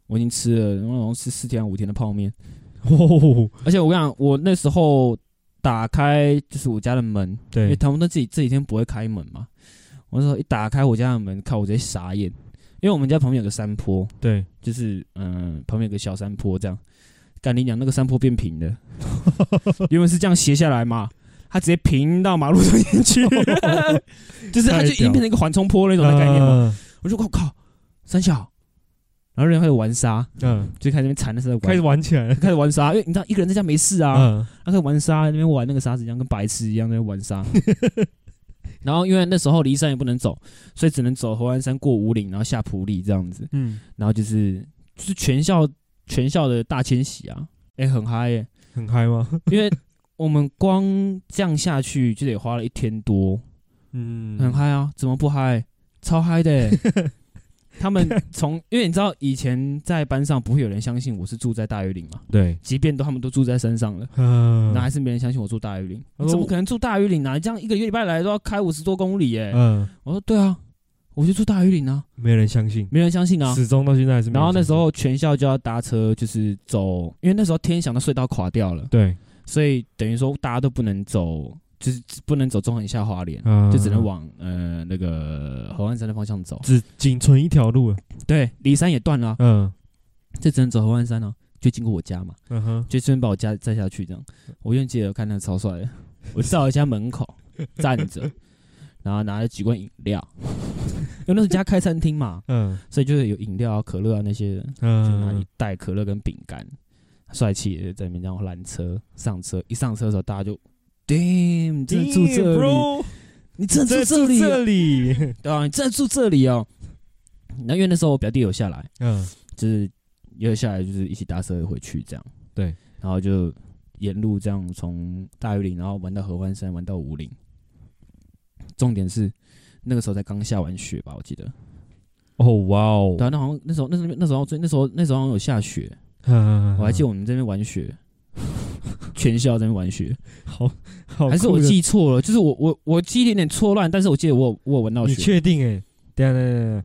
我已经吃了，然后吃4天5天的泡面。 哦， 而且我跟你讲，我那时候打开就是我家的门， 对， 因为他们这几天不会开门嘛。我那时候一打开我家的门，看我直接傻眼，因为我们家旁边有个山坡， 对， 就是旁边有个小山坡这样。干你娘，那个山坡变平的，原本是这样斜下来嘛，它直接平到马路中间去，就是它就已经变成一个缓冲坡那种的概念嘛。我就靠，三小。然后人开始玩沙，就开始那边缠的时候开始玩起来了， 开始玩沙，因为你知道一个人在家没事啊，他开始玩沙，那边玩那个沙子一样，跟白痴一样在那边玩沙。然后因为那时候离山也不能走，所以只能走合欢山过武岭，然后下埔里这样子。然后就是全校的大迁徙啊，很嗨耶， 很嗨吗？ 因为我们光这样下去就得花了1天多，很嗨啊，怎么不嗨？超嗨的耶。他们因为你知道以前在班上不会有人相信我是住在大屿岭嘛， 对， 即便他们都住在山上了，那还是没人相信我住大屿岭。你怎么可能住大屿岭啊？你这样一个礼拜来都要开50多公里耶。我说对啊，我就住大屿岭啊， 没人相信，没人相信啊， 始终到现在还是没人相信。 然后那时候全校就要搭车，就是走，因为那时候天祥的隧道垮掉了， 对， 所以等于说大家都不能走。就是不能走中横下花莲，就只能往那个合欢山的方向走， 只仅存一条路了。 对，离山也断了，就只能走合欢山啊，就经过我家嘛，就顺便把我家载下去这样。我永远记得看那个超帅的，我在我家门口站着，然后拿了几罐饮料，因为那时候家开餐厅嘛，所以就是有饮料啊、可乐啊那些的，就拿一袋可乐跟饼干，帅气的在那边这样拦车上车，一上车的时候大家就。Damn， 你真的住这里？你真的住这里？对啊，你真的住这里哦。那因为那时候我表弟有下来，就是有下来，就是一起搭车回去这样。 对， 然后就沿路这样从大屿岭，然后玩到合欢山，玩到武岭。重点是那个时候才刚下完雪吧，我记得。 哦，哇哦！ 对啊，那好像那时候好像有下雪，我还记得我们这边玩雪。全校在那边玩雪，好，还是我记错了？就是我记忆有点错乱，但是我记得我有闻到雪。 你确定？等一下，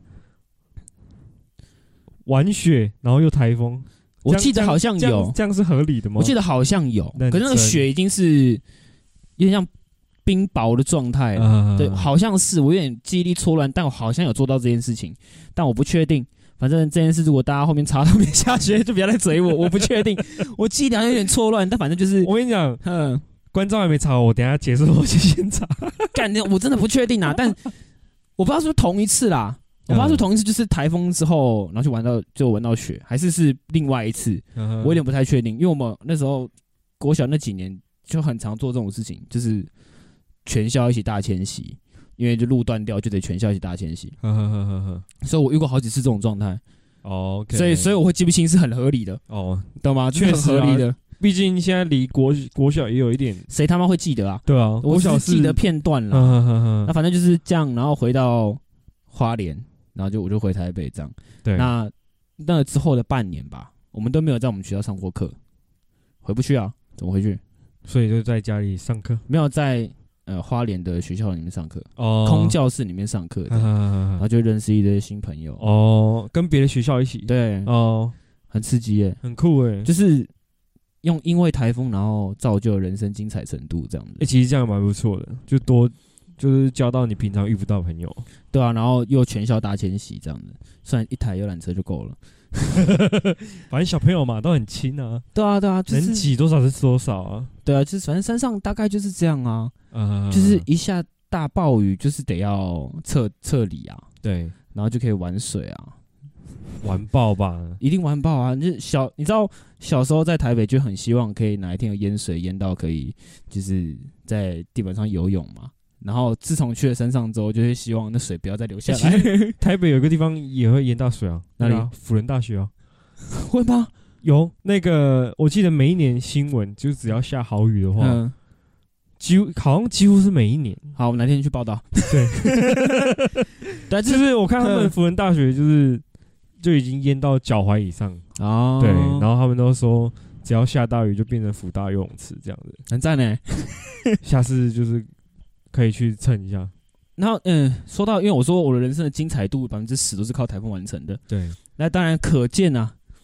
玩雪，然后又台风， 我记得好像有， 这样是合理的吗？ 我记得好像有，可是那个雪已经是有点像冰雹的状态了，对，好像是，我有点记忆力错乱，但我好像有做到这件事情，但我不确定。反正这件事，如果大家后面查到没下雪，就不要来嘴我，我不确定，我记忆力有点错乱，但反正就是， 我跟你讲，观众还没查我等一下结束我就先查。 干，我真的不确定啊，但我不知道是不是同一次啦，我不知道是不是同一次，就是台风之后，然后就闻到雪，还是另外一次，我有点不太确定，因为我们那时候国小那几年就很常做这种事情，就是全校一起大迁徙。因为就路断掉，就得全校一起大迁徙。所以我遇过好几次这种状态。 哦， 所以我会记不清是很合理的。 哦， 懂吗？确实合理的。 毕竟现在离国小也有一点， 谁他妈会记得啊？ 对啊， 我小记得片段了。那反正就是这样，然后回到花莲，然后我就回台北这样。 对， 那之后的半年吧，我们都没有在我们学校上过课，回不去啊？怎么回去？ 所以就在家里上课， 没有在。花莲的学校里面上课，空教室里面上课，然后就认识一堆新朋友。 跟别的学校一起， 对，很刺激耶， 很酷耶， 就是因为台风，然后造就人生精彩程度这样子。 其实这样蛮不错的，就是交到你平常遇不到朋友。 对啊，然后又全校大迁徙这样子，虽然一台游览车就够了。 反正小朋友嘛都很轻啊， 对啊，就是、 能挤多少是多少啊。 对啊，就是反正山上大概就是这样啊，就是一下大暴雨就是得要撤离啊， 对， 然后就可以玩水啊， 玩爆吧， 一定玩爆啊！你知道小时候在台北就很希望可以哪一天有淹水淹到可以就是在地板上游泳嘛。然后自从去了山上之后，就会希望那水不要再流下来。 台北有个地方也会淹到水啊， 哪里？ 辅仁大学啊， 会吗？ 有那个，我记得每一年新闻，就只要下好雨的话，好像几乎是每一年。 好，我哪天去报道。 对，对，就是我看他们辅仁大学就已经淹到脚踝以上哦。对，然后他们都说，只要下大雨就变成辅大游泳池这样子， 很赞呢。 下次就是可以去蹭一下。 然后说到，因为我说我的人生的精彩度10%都是靠台风完成的。 对， 那当然可见啊，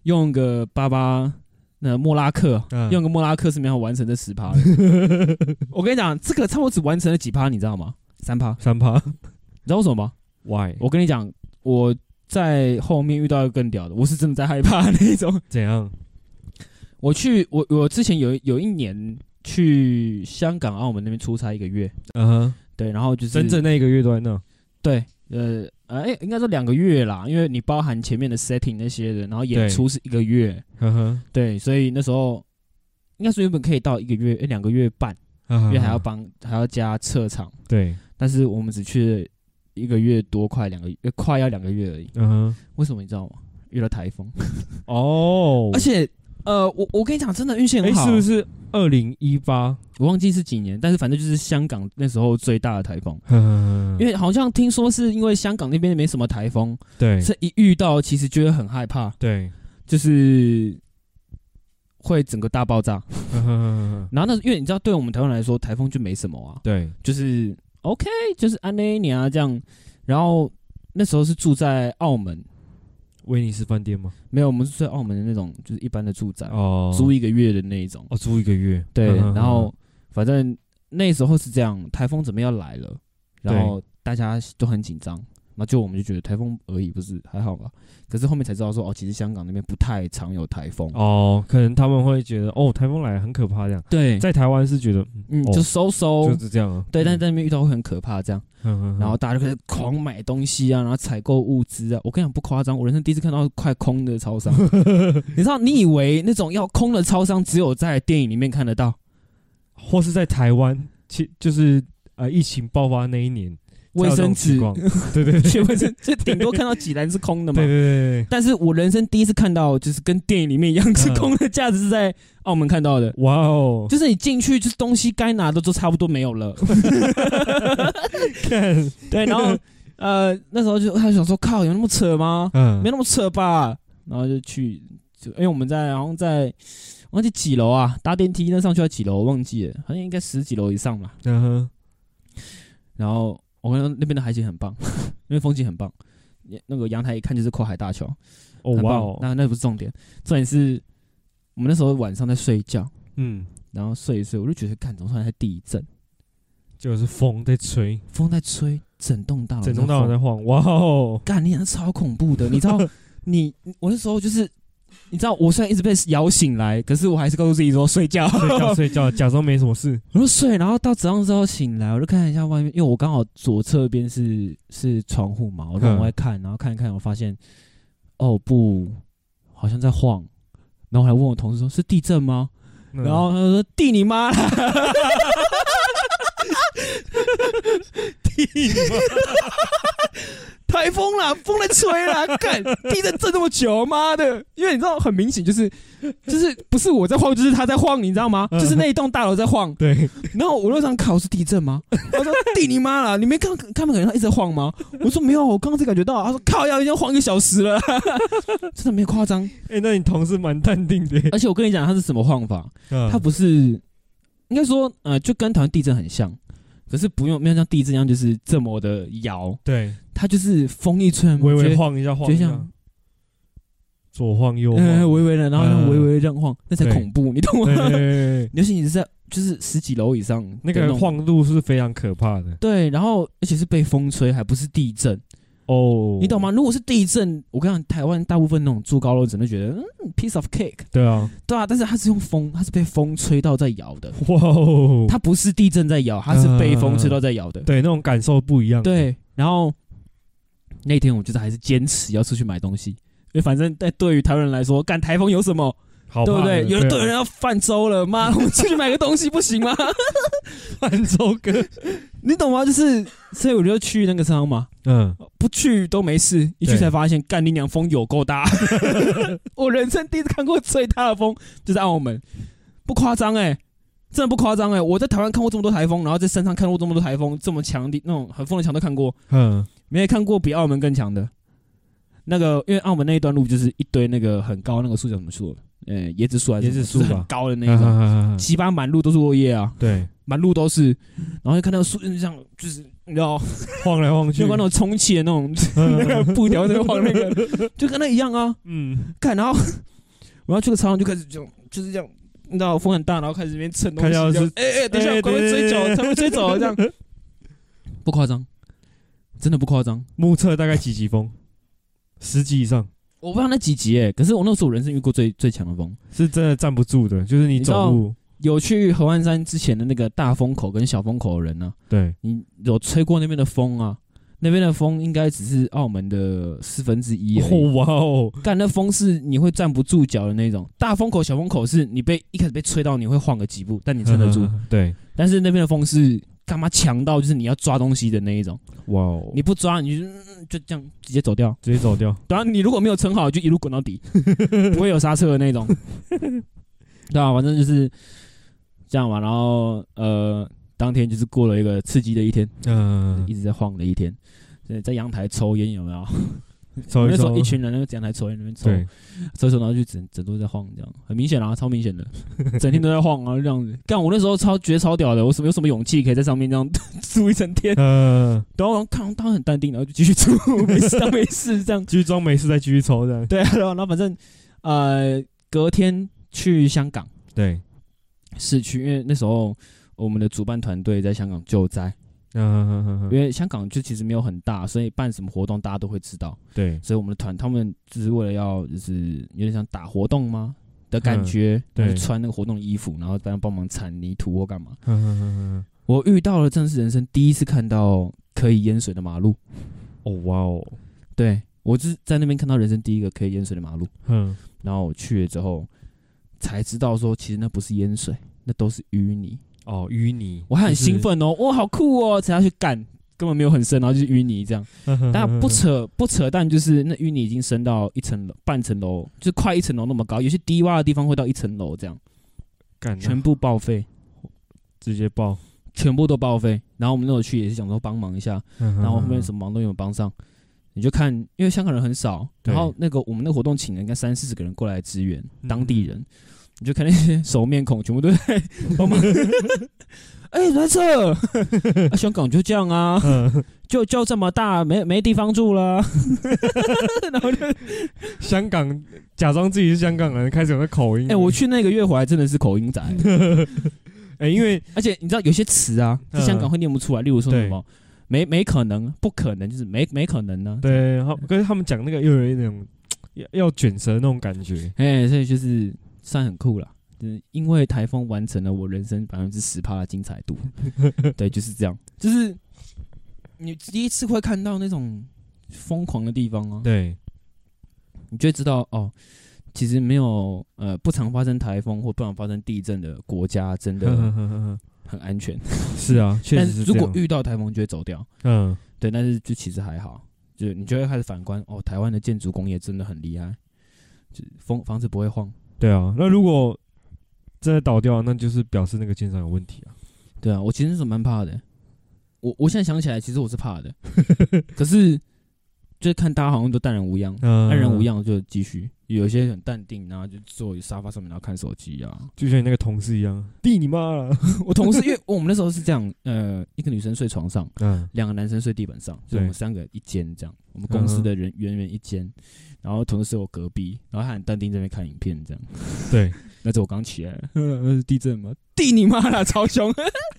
用个88那莫拉克，用个莫拉克是没有完成这10%的。我跟你讲，这个差不多只完成了几%，你知道吗？3%，你知道为什么吗 ？Why？ 我跟你讲，我在后面遇到一个更屌的，我是真的在害怕那一种。 怎样？ 我之前有一年去香港、澳门那边出差1个月，对，然后就是真正那1个月都在那。 对，应该说2个月啦，因为你包含前面的 setting 那些的，然后演出是1个月，对，所以那时候应该说原本可以到1个月，2个月半，因为还要加撤场， 对，但是我们只去了1个月多，快要2个月而已。为什么你知道吗？遇到台风哦，而且我跟你讲，真的运气很好， 是不是2018？ 我忘记是几年，但是反正就是香港那时候最大的台风。因为好像听说是因为香港那边没什么台风，对，所以一遇到其实就会很害怕，对，就是会整个大爆炸。然后因为你知道，对我们台湾来说，台风就没什么啊，对，就是 OK， 就是安内尼啊这样。然后那时候是住在澳门。 威尼斯饭店吗？ 没有，我们是在澳门的那种，就是一般的住宅，租1个月的那一种。 租1个月。 对，然后反正那时候是这样，台风准备要来了，然后大家都很紧张，那我们就觉得台风而已，不是还好吧？可是后面才知道说，其实香港那边不太常有台风。可能他们会觉得，台风来很可怕这样。对，在台湾是觉得， 就收， 就是这样啊。 对，但是在那边遇到会很可怕这样。然后大家就开始狂买东西啊，然后采购物资啊。我跟你讲不夸张，我人生第一次看到快空的超商。你知道，你以为那种要空的超商只有在电影里面看得到， 或是在台湾，就是疫情爆发那一年。 卫生纸， 对， 卫生就顶多看到几篮是空的嘛。 对。 但是我人生第一次看到，就是跟电影里面一样是空的架子，是在澳门看到的。哇哦！就是你进去，就是东西该拿的都差不多没有了。对，然后那时候他想说，靠，有那么扯吗？没那么扯吧。然后就去，因为我们好像在忘记几楼啊，搭电梯那上去要几楼，我忘记了，好像应该10几楼以上吧。然后。我看到那边的海景很棒，因为风景很棒，那个阳台一看就是跨海大桥。哇哦！那不是重点，重点是我们那时候晚上在睡觉，然后睡一睡，我就觉得怎么突然在地震， 就是风在吹， 整栋大楼在晃，哇哦！ 干，你超恐怖的，你知道？我那时候就是。你知道我虽然一直被摇醒来，可是我还是告诉自己说睡觉， 假装没什么事。 我就睡，然后到早上之后醒来，我就看一下外面，因为我刚好左侧边是窗户嘛，我就往外看，然后看一看，我发现不，好像在晃，然后我还问我同事说是地震吗？然后他说地你妈啦！地你妈！台风啦，风在吹啦，干地震震这么久，妈的！因为你知道很明显就是不是我在晃，就是他在晃，你知道吗？就是那一栋大楼在晃。对。然后我就想考是地震吗？他说地你妈啦！你没看他们一直晃吗？我说没有，我刚刚才感觉到。他说靠，已经晃1个小时了，真的没夸张。 那你同事蛮淡定的。 而且我跟你讲，他是什么晃法？他不是应该说就跟台湾地震很像。可是没有像地震一样，就是这么的摇。对，它就是风一吹， 微微晃一下， 就像左晃右晃， 微微的，然后微微这样晃，那才恐怖，你懂吗？尤其你是在就是10几楼以上， 那个晃度是非常可怕的。 对，然后而且是被风吹，还不是地震。你懂吗？如果是地震，我跟你讲，台湾大部分那种住高楼层都觉得piece of cake。对啊，但是它是用风，它是被风吹到在摇的。哇哦，它不是地震在摇，它是被风吹到在摇的。 对，那种感受不一样。 对，然后那天我就是还是坚持要出去买东西，因为反正对于台湾人来说，干台风有什么？对不对？有人要泛舟了，妈，我们出去买个东西不行吗？ 泛舟哥， 你懂吗？所以我就去那个商嘛，不去都没事，一去才发现，干你娘风有够大！我人生第一次看过最大的风，就是澳门，不夸张真的不夸张我在台湾看过这么多台风，然后在山上看过这么多台风，这么强的那种很风的强都看过，没看过比澳门更强的。那个，因为澳门那一段路就是一堆那个很高那个树叫什么树？椰子树还是椰子树吧，很高的那一种，七八满路都是落叶啊，对，满路都是，然后就看那个树就像就是你知道晃来晃去， 就跟那种充气的那种那个布条在晃那个，就跟那一样啊，看，然后然后去个操场就开始就是这样，你知道风很大，然后开始这边蹭东西， 看到是等一下，快被追走，他会追走这样，不夸张，真的不夸张。 目测大概几级风？10级以上。 我不知道那几级可是我那时候我人生遇过最强的风， 是真的站不住的，就是你走路。 有去合欢山之前的那个大风口跟小风口的人呢、 对， 你有吹过那边的风啊？那边的风应该只是澳门的1/4而已。 哦哇哦， 干那风是你会站不住脚的那种。大风口、小风口是你一开始被吹到，你会晃个几步，但你撑得住。 对， 但是那边的风是干嘛强到就是你要抓东西的那一种。 哇哦， 你不抓你就这样直接走掉， 直接走掉。 当然你如果没有撑好，就一路滚到底，不会有刹车的那种。对啊，反正就是这样嘛。然后当天就是过了一个刺激的一天，一直在晃的一天。在阳台抽烟有没有？ 抽那时候一群人在阳台抽烟那边抽，然后就整都在晃，这样很明显啊，超明显的，整天都在晃啊，这样子。干我那时候觉得超屌的，我有什么勇气可以在上面这样住一整天？然后看当很淡定，然后就继续住，没事当没事这样， 继续装没事再继续抽这样。 对啊，然后反正隔天去香港， 对， 市区，因为那时候我们的主办团队在香港救灾。因为香港就其实没有很大，所以办什么活动大家都会知道。对，所以我们的团他们就是为了要就是有点像打活动吗的感觉，对，穿那个活动的衣服，然后帮忙铲泥土或干嘛。我遇到了真的是人生第一次看到可以淹水的马路。哦哇哦！对，我就是在那边看到人生第一个可以淹水的马路。然后我去了之后才知道说，其实那不是淹水，那都是淤泥。哦，淤泥，我还很兴奋哦，哇，好酷哦，才要去干，根本没有很深，然后就是淤泥这样。但不扯淡，就是那淤泥已经升到1层楼、半层楼，就快1层楼那么高，有些低洼的地方会到1层楼这样，全部报废，直接报，全部都报废。然后我们那时候去也是想说帮忙一下，然后后面什么忙都没有帮上。你就看，因为香港人很少，然后我们那个活动请了应该30-40个人过来支援当地人。你就看那些熟面孔，全部都在帮忙。来这，香港就这样啊，就这么大，没地方住了。然后就香港假装自己是香港人，开始有那口音。 我去那个月回来真的是口音仔。 因为而且你知道有些词啊，在香港会念不出来，例如说什么没可能、不可能，就是没可能呢。对， 可是他们讲那个又有那种要卷舌那种感觉。 所以就是。算很酷啦，就是因为台风完成了我人生10%的精彩度。对，就是这样，就是你第一次会看到那种疯狂的地方啊。对，你就会知道哦，其实没有不常发生台风或不常发生地震的国家真的很安全。是啊，确实是这样。但如果遇到台风就会走掉。对，但是就其实还好，就你就会开始反观哦，台湾的建筑工业真的很厉害，就房子不会晃。 对啊，那如果真的倒掉，那就是表示那个建商有问题啊。 对啊，我其实是蛮怕的。我现在想起来，其实我是怕的，可是就是看大家好像都淡然无恙，安然无恙就继续。有些很淡定，然后就坐沙发上面然后看手机啊， 就像你那个同事一样，弟你妈了！ 我同事因为我们那时候是这样，一个女生睡床上，2个男生睡地板上，就我们3个一间这样。我们公司的人圆圆一间，然后同事睡我隔壁，然后他很淡定在那边看影片这样。对，那时候我刚起来，地震吗？地你妈啦，超凶！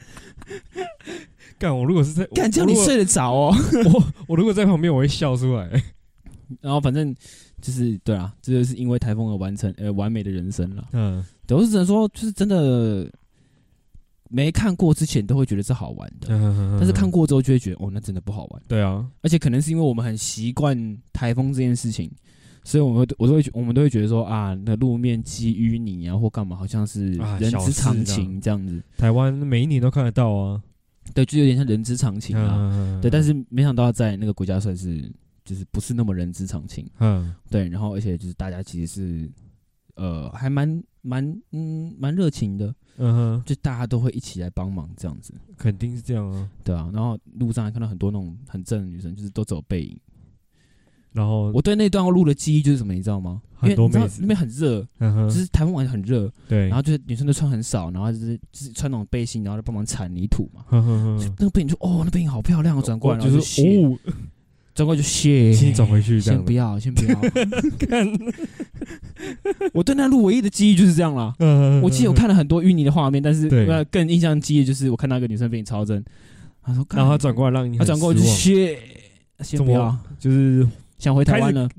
干我如果是在干这样你睡得着哦？ 我如果在旁边我会笑出来。 然后反正就是对啊，这就是因为台风而完美的人生了。对，我是只能说，就是真的没看过之前都会觉得是好玩的，但是看过之后就会觉得哦，那真的不好玩。对啊，而且可能是因为我们很习惯台风这件事情，所以我们都会觉得说啊，那路面积淤泥啊或干嘛，好像是人之常情这样子。台湾每一年都看得到啊，对，就有点像人之常情啊。对，但是没想到在那个国家算是就是不是那么人之常情。对，然后而且就是大家其实是还蛮热情的。就大家都会一起来帮忙这样子，肯定是这样啊。对啊，然后路上还看到很多那种很正的女生，就是都走背影。然后我对那段路的记忆就是什么，你知道吗？很多妹子，那边很热，就是台风晚很热，对。然后就是女生都穿很少，然后就是穿那种背心，然后就帮忙铲泥土嘛。那个背影就哦，那背影好漂亮，转过来然后就谢，转过来就谢，请你转回去，先不要，看。 我对那路唯一的记忆就是这样啦。我记得我看了很多淤泥的画面，但是更印象记忆就是我看到一个女生被你超正，他说， 然后他转过来让你， 他转过来就先不要， 就是想回台湾了。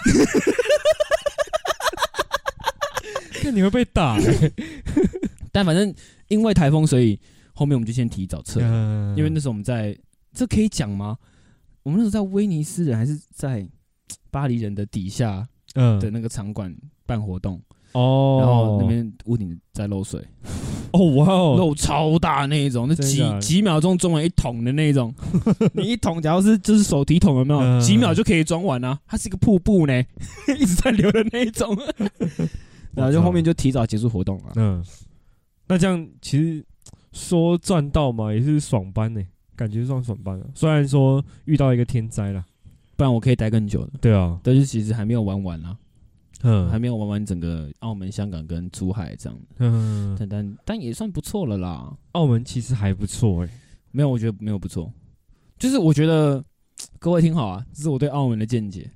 看你会被打但反正因为台风，所以后面我们就先提早撤，因为那时候我们在，这可以讲吗？我们那时候在威尼斯人还是在巴黎人的底下的那个场馆办活动哦，然后那边屋顶在漏水， 哦哇哦， 漏超大那一种，那几秒钟装完一桶的那一种，你一桶假如是就是手提桶有没有？几秒就可以装完啊，它是一个瀑布呢，一直在流的那一种。然后就后面就提早结束活动了。 那这样其实说赚到嘛，也是爽班呢，感觉算爽班了。虽然说遇到一个天灾啦， 不然我可以待更久的。 对啊， 但是其实还没有玩完啊，还没有玩完整个澳门、香港跟珠海这样。但也算不错了啦。 澳门其实还不错没有，我觉得没有不错，就是我觉得各位听好啊，这是我对澳门的见解。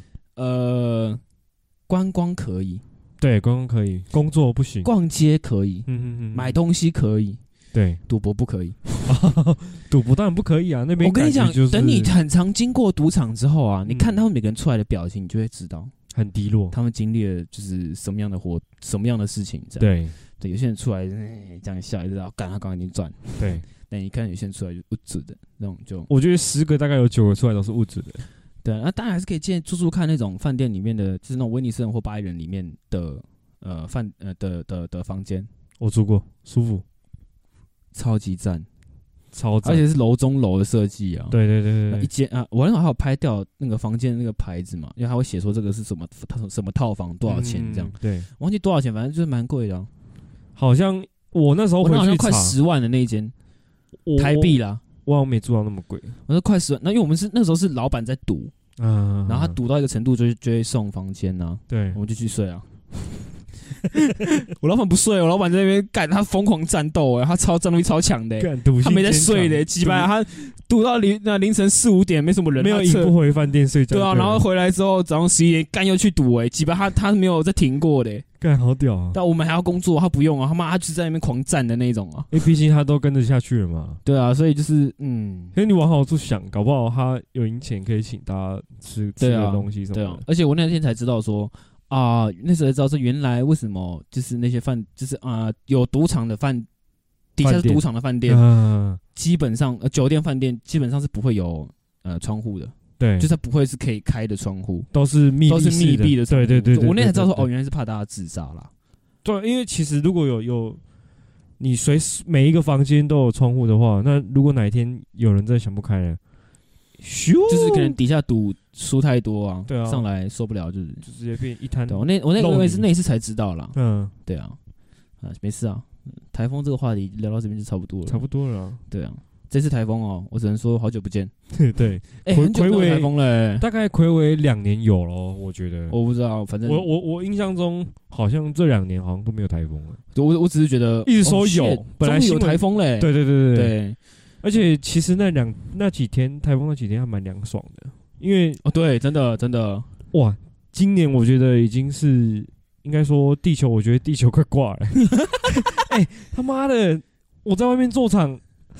观光可以。 对，观光可以，工作不行。 逛街可以，买东西可以， 对， 赌博不可以。 赌博当然不可以啊！那边我跟你讲，等你很常经过赌场之后啊，你看他们每个人出来的表情，你就会知道很低落， 他们经历了就是什么样的事情。 对， 有些人出来这样笑，就知道干他刚刚已经赚。对，但你看有些人出来就物质的那种，就我觉得10个大概有9个出来都是物质的。 对，那当然还是可以建议住看那种饭店里面的，就是那种威尼斯人或巴黎人里面的的房间。 我住过，舒服， 超级赞， 超赞， 而且是楼中楼的设计啊。 对对对对， 一间啊，我那时候还有拍掉那个房间的那个牌子嘛，因为他会写说这个是什么套房多少钱这样。 对， 忘记多少钱，反正就是蛮贵的。 好像我那时候回去查， 好像快10万的那一间台币啦。 我好像没住到那么贵， 我说快10万。那因为我们那时候是老板在赌，然后他赌到一个程度就会送房间啊，对，我们就去睡啊。我老板不睡，我老板在那边干，他疯狂战斗他战斗力超强的，他没在睡的，鸡巴他赌到凌晨4、5点没什么人， 没有赢不回饭店睡觉。 对啊，然后回来之后早上11点干又去赌鸡巴他没有在停过的， 干好屌啊！ 但我们还要工作，他不用啊，他就是在那边狂战的那种啊， 因为毕竟他都跟着下去了嘛。 对啊，所以就是可是你往好处想，搞不好他有赢钱可以请大家吃的东西什么的。对啊， 而且我那天才知道说。那时候才知道是原来为什么就是那些就是有赌场的底下是赌场的饭店，基本上酒店饭店基本上是不会有窗户的，对，就是它不会是可以开的窗户，都是密闭的。对对对，我那才知道说原来是怕大家自杀啦。 对，因为其实如果有你每一个房间都有窗户的话，那如果哪一天有人真的想不开了， 就是可能底下赌输太多啊，对啊，上来受不了就直接变一滩。 我那个是那一次才知道啦。对啊，没事啊。台风这个话题聊到这边就差不多了， 差不多了。 对啊，这次台风我只能说好久不见。 对， 很久没有台风了， 大概睽违2年有咯，我觉得。 我不知道，反正我印象中好像这2年好像都没有台风了。 我只是觉得一直说有，本来有台风嘞。 对对对对。而且其实那几天台风那几天还蛮凉爽的，因为对，真的哇，今年我觉得已经是应该说我觉得地球快挂了。他妈的，我在外面坐场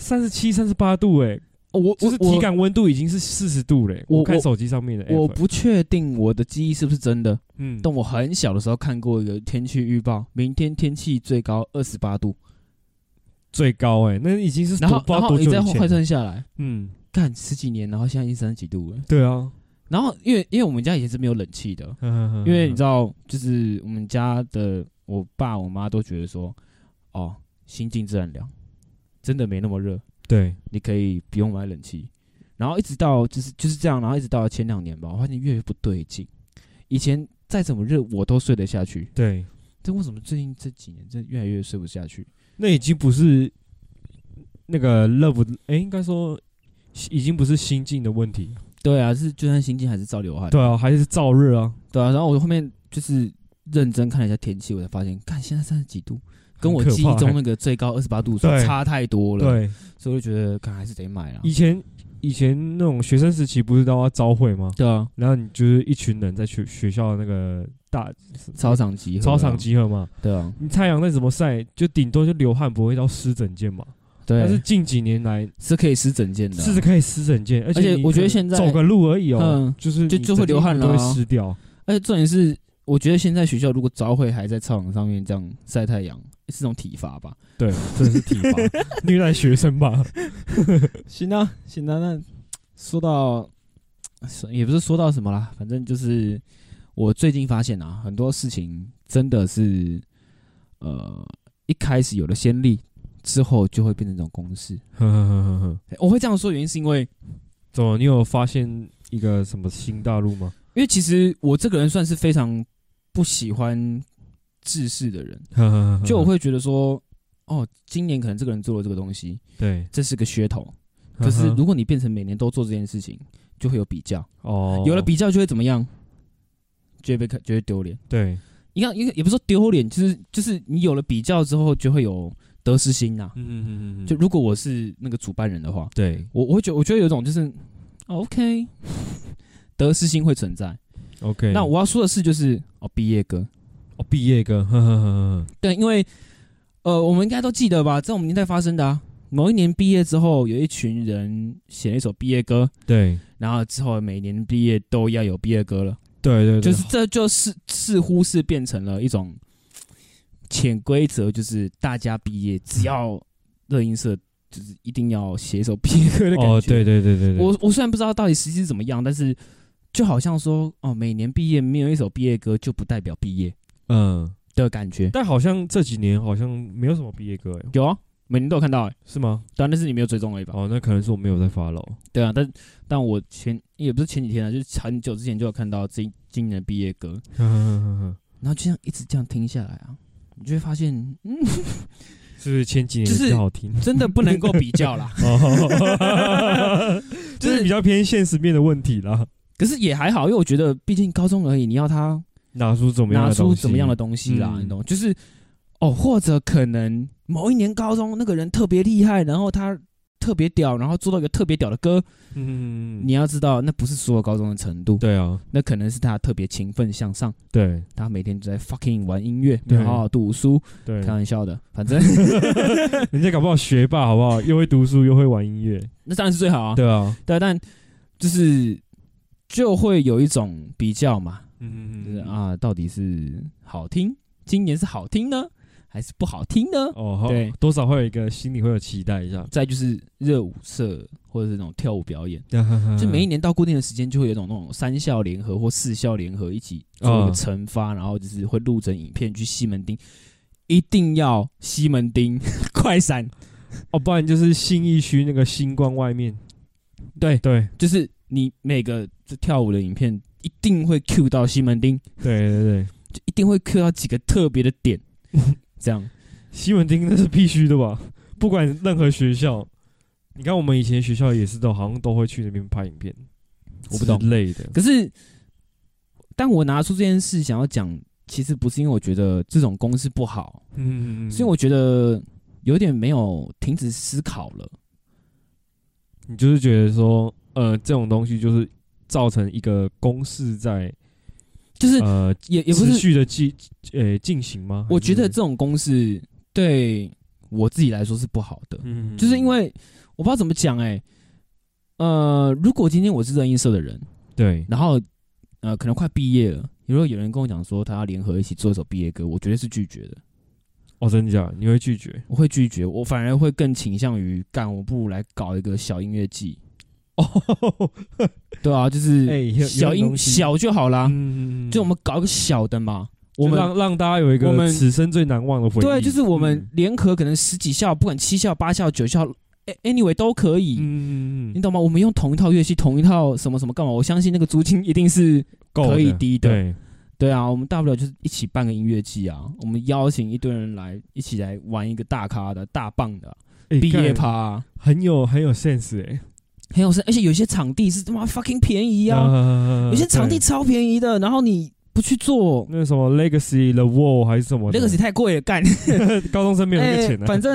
37、38度就是体感温度已经是40度了。我看手机上面的 app， 我不确定我的记忆是不是真的，但我很小的时候看过一个天气预报，明天天气最高28度。 最高那已经是然后你再换算下来，干10几年，然后现在已经30几度了。 对啊， 然后因为我们家以前是没有冷气的，因为你知道，就是我们家的我爸我妈都觉得说，心静自然凉，真的没那么热。对，你可以不用买冷气。然后一直到就是这样，然后一直到前2年吧，我发现越来越不对劲。以前再怎么热我都睡得下去，对，但为什么最近这几年真越来越睡不下去？ 那已经不是那个热不应该说已经不是心境的问题。 对啊，是就算心境还是照流汗。 对啊，还是燥热啊。 对啊，然后我后面就是认真看了一下天气，我才发现，看现在30几度，跟我记忆中那个最高28度差太多了。对，所以我就觉得，看还是得买啊。以前那种学生时期不是都要朝会吗？ 对啊， 然后你就是一群人在学校的那个操场集合， 操场集合嘛。 对啊， 你太阳再怎么晒，就顶多就流汗，不会到湿整件嘛。 对， 但是近几年来是可以湿整件的， 是可以湿整件，而且我觉得现在走个路而已哦，就会流汗了， 会湿掉。 而且重点是，我觉得现在学校如果朝会还在操场上面这样晒太阳，是种体罚吧？ 对，这是体罚，虐待学生吧？ 行啊，那说到也不是说到什么啦，反正就是我最近发现啊，很多事情真的是一开始有了先例。之后就会变成一种公式。我会这样说，原因是因为， 怎么？你有发现一个什么新大陆吗？ 因为其实我这个人算是非常不喜欢制式的人，就我会觉得说，哦，今年可能这个人做了这个东西， 对， 这是个噱头。可是如果你变成每年都做这件事情，就会有比较。 哦， 有了比较就会怎么样？就会丢脸。 对， 你看，也不是说丢脸，就是你有了比较之后，就会有得失心呐。就如果我是那个主办人的话， 对， 我觉得有一种就是，OK， 得失心会存在。 OK， 那我要说的是，就是毕业歌， 毕业歌， 对，因为我们应该都记得吧，在我们年代发生的啊。某一年毕业之后，有一群人写了一首毕业歌， 对， 然后之后每年毕业都要有毕业歌了。 对， 就是这就是似乎是变成了一种潜规则，就是大家毕业只要热音社就是一定要写一首毕业歌的感觉。 对。 我虽然不知道到底实际是怎么样，但是就好像说每年毕业没有一首毕业歌就不代表毕业，的感觉。 但好像这几年好像没有什么毕业歌有啊，每年都有看到是吗？ 当然那是你没有追踪而已吧。 那可能是我没有在follow。 对啊，但我也不是前几天啊，就是很久之前就有看到今年的毕业歌，然后就这样一直这样听下来啊，你就会发现， 是不是前几年比较好听？ 真的不能够比较啦， 就是比较偏现实面的问题啦。 可是也还好，因为我觉得毕竟高中而已，你要他拿出怎么样的东西啦，你懂？就是或者可能某一年高中那个人特别厉害，然后他特别屌，然后做到一个特别屌的歌。你要知道，那不是所有高中的程度。 对啊， 那可能是他特别勤奋向上。 对， 他每天就在 fucking 玩音乐，没有好好读书。 对， 开玩笑的，反正人家搞不好学霸，好不好？又会读书又会玩音乐， 那当然是最好啊。 对啊， 对，但就会有一种比较嘛。就是到底是好听，今年是好听呢？还是不好听呢？对， 多少会有一个心里会有期待一下。 再就是热舞社或者是那种跳舞表演，就每一年到固定的时间就会有那种3校联合或4校联合一起做一个惩罚，然后就是会录成影片去西门町，一定要西门町快闪不然就是信义区那个星光外面。 对， 就是你每个跳舞的影片一定会 cue 到西门町， 对， 就一定会 cue 到几个特别的点。这样， 西门町那是必须的吧？不管任何学校，你看我们以前学校也是好像都会去那边拍影片， 我不懂之类的。 可是，但我拿出这件事想要讲，其实不是因为我觉得这种公式不好，是因为我觉得有点没有停止思考了。 你就是觉得说，这种东西就是造成一个公式在。 就是也不是持续的进行吗？ 我觉得这种公式对我自己来说是不好的，就是因为我不知道怎么讲如果今天我是热音社的人，对，然后可能快毕业了，如果有人跟我讲说他要联合一起做一首毕业歌，我绝对是拒绝的。 真的假的？你会拒绝？ 我会拒绝，我反而会更倾向于我不如来搞一个小音乐季。对啊，就是小就好啦，就我们搞一个小的嘛，我们让大家有一个此生最难忘的回忆。 对，就是我们联合可能10几校，不管7校、8校、9校 ，anyway 都可以。你懂吗？我们用同一套乐器，同一套什么什么干嘛？我相信那个租金一定是可以低的。对啊，我们大不了就是一起办个音乐季啊，我们邀请一堆人来一起来玩一个大咖的大棒的毕业趴， 很有 sense 很有声，而且有些场地是他妈 fucking 便宜啊，有些场地超便宜的，然后你不去做那什么 Legacy The Wall 还是什么 Legacy 太贵了，干高中生没有那个钱反正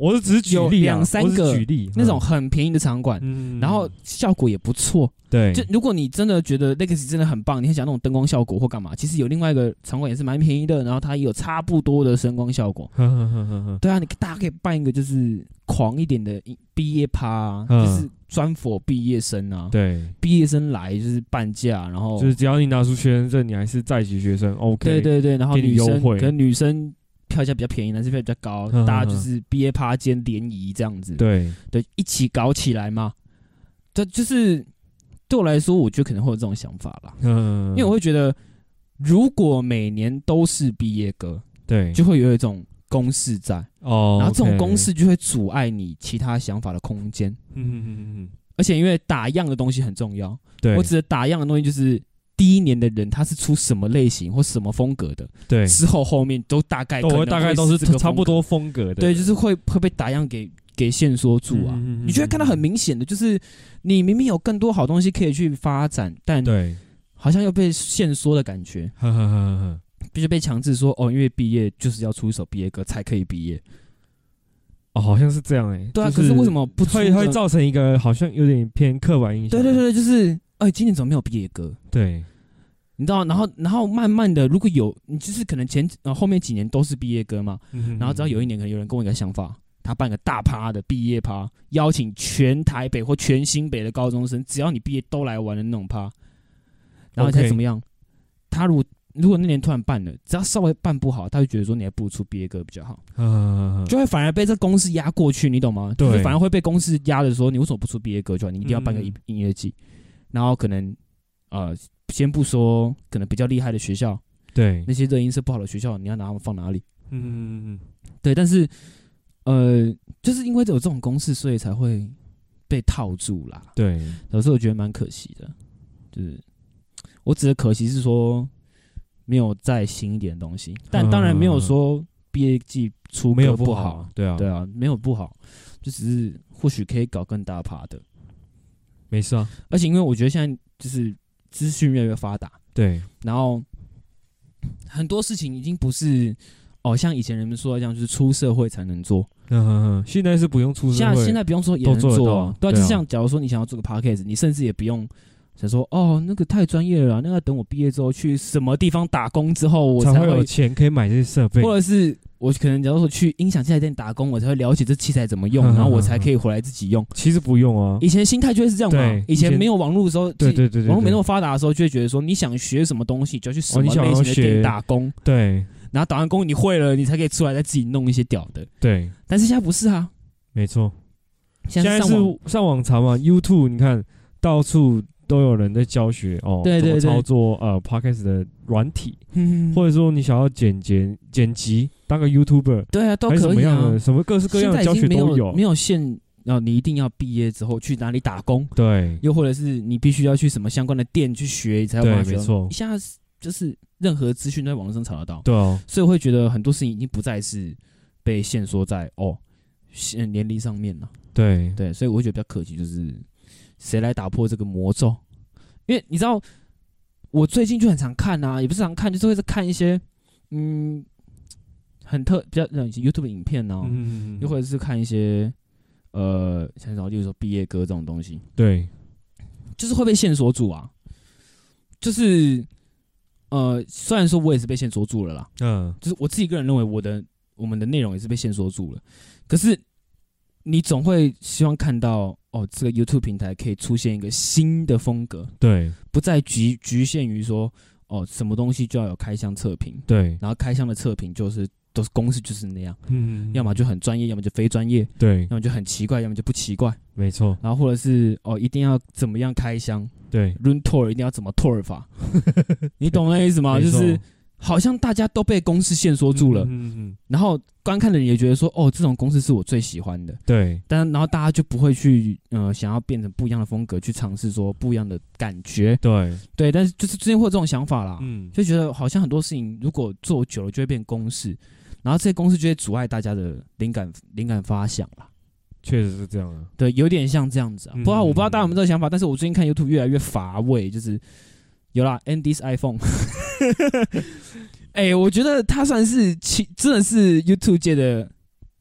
我是只是举例啊， 有2-3个举例那种很便宜的场馆，然后效果也不错。 对， 就如果你真的觉得 Legacy 真的很棒，你很想那种灯光效果或干嘛，其实有另外一个场馆也是蛮便宜的，然后它也有差不多的声光效果。对啊，大家可以办一个就是狂一点的毕业趴啊，就是专for毕业生啊。对，毕业生来就是半价，然后就是只要你拿出学生证，你还是在籍学生 OK。 对，然后女生可能女生票价比较便宜，男生票比较高，大家就是毕业趴兼联谊这样子。对，一起搞起来嘛。这就是对我来说，我觉得可能会有这种想法啦。因为我会觉得，如果每年都是毕业歌，对，就会有一种公式在然后这种公式就会阻碍你其他想法的空间。而且因为打样的东西很重要，对，我指的打样的东西就是第一年的人他是出什么类型或什么风格的，对，之后面都大概都是这个差不多风格的， 对，就是会被打样给限缩住啊。你就会看到很明显的，就是你明明有更多好东西可以去发展，但对，好像又被限缩的感觉，必须被强制说因为毕业就是要出一首毕业歌才可以毕业。 好像是这样对啊，可是为什么不出？ 会造成一个好像有点偏刻板印象。 对，就是今年怎么没有毕业歌？对，你知道，然后慢慢的，如果有你就是可能后面几年都是毕业歌嘛，然后只要有一年可能有人跟我一个想法，他办个大趴的毕业趴，邀请全台北或全新北的高中生，只要你毕业都来玩的那种趴，然后你猜怎么样？他如果那年突然办了，只要稍微办不好，他就觉得说你还不如出毕业歌比较好，就会反而被这公司压过去，你懂吗？对，就是反而会被公司压着说你为什么不出毕业歌就好？你一定要办个音乐季，然后可能先不说可能比较厉害的学校，对，那些热音色不好的学校，你要拿他们放哪里？对，但是就是因为有这种公式，所以才会被套住啦。对，有时候我觉得蛮可惜的，就是我指的可惜是说。没有再新一点的东西，但当然没有说毕业季出歌不好，对啊，没有不好，就只是或许可以搞更大趴的， 没事啊。 而且因为我觉得现在就是资讯越来越发达，对，然后很多事情已经不是像以前人们说的这样，就是出社会才能做。 现在是不用出社会， 现在不用说也能做，对啊，就像假如说你想要做个 podcast， 你甚至也不用。想说那个太专业了啦，那个等我毕业之后去什么地方打工之后，我才会有钱可以买这些设备， 或者是我可能假如说去音响器材店打工，我才会了解这器材怎么用，然后我才可以回来自己用。 其实不用啊， 以前心态就会是这样嘛。以前没有网络的时候，对，网络没那么发达的时候，就会觉得说你想学什么东西，就要去什么类型的店打工，对，然后打完工你会了，你才可以出来再自己弄一些屌的，对。但是现在不是啊， 没错，现在是上网查嘛 ，YouTube 你看到处。都有人在教学对怎么操作Podcast 的软体，或者说你想要剪辑当个 YouTuber， 对啊，都可以啊，什么样的什么各式各样的教学都有， 没有限你一定要毕业之后去哪里打工，对，又或者是你必须要去什么相关的店去学才有办法学，没错，一下就是任何资讯都在网络上查得到，对哦，所以我会觉得很多事情已经不再是被限缩在年龄上面了，对，所以我会觉得比较可惜就是。谁来打破这个魔咒？因为你知道，我最近就很常看啊，也不是常看，就是会在看一些很比较YouTube 的影片啊，又或者是看一些像例如说毕业歌这种东西，对，就是会被限缩住啊。就是虽然说我也是被限缩住了啦，就是我自己个人认为我们的内容也是被限缩住了，可是你总会希望看到。这个 YouTube 平台可以出现一个新的风格，对，不再局限于说，什么东西就要有开箱测评，对，然后开箱的测评都是公式就是那样，要么就很专业，要么就非专业，对，要么就很奇怪，要么就不奇怪，没错，然后或者是一定要怎么样开箱，对 ，Run Tour 一定要怎么 Tour 法，你懂那意思吗？就是好像大家都被公式限缩住了，然后观看的人也觉得说，这种公式是我最喜欢的，对，然后大家就不会去想要变成不一样的风格，去尝试说不一样的感觉，对，但是就是之前会有这种想法啦，就觉得好像很多事情如果做久了就会变公式，然后这些公式就会阻碍大家的灵感发想啦。 确实是这样的， 对，有点像这样子啊。我不知道大家有没有这个想法，但是我最近看 YouTube 越来越乏味，就是有啦 ，Andy's iPhone。我觉得他算是真的是 YouTube 界的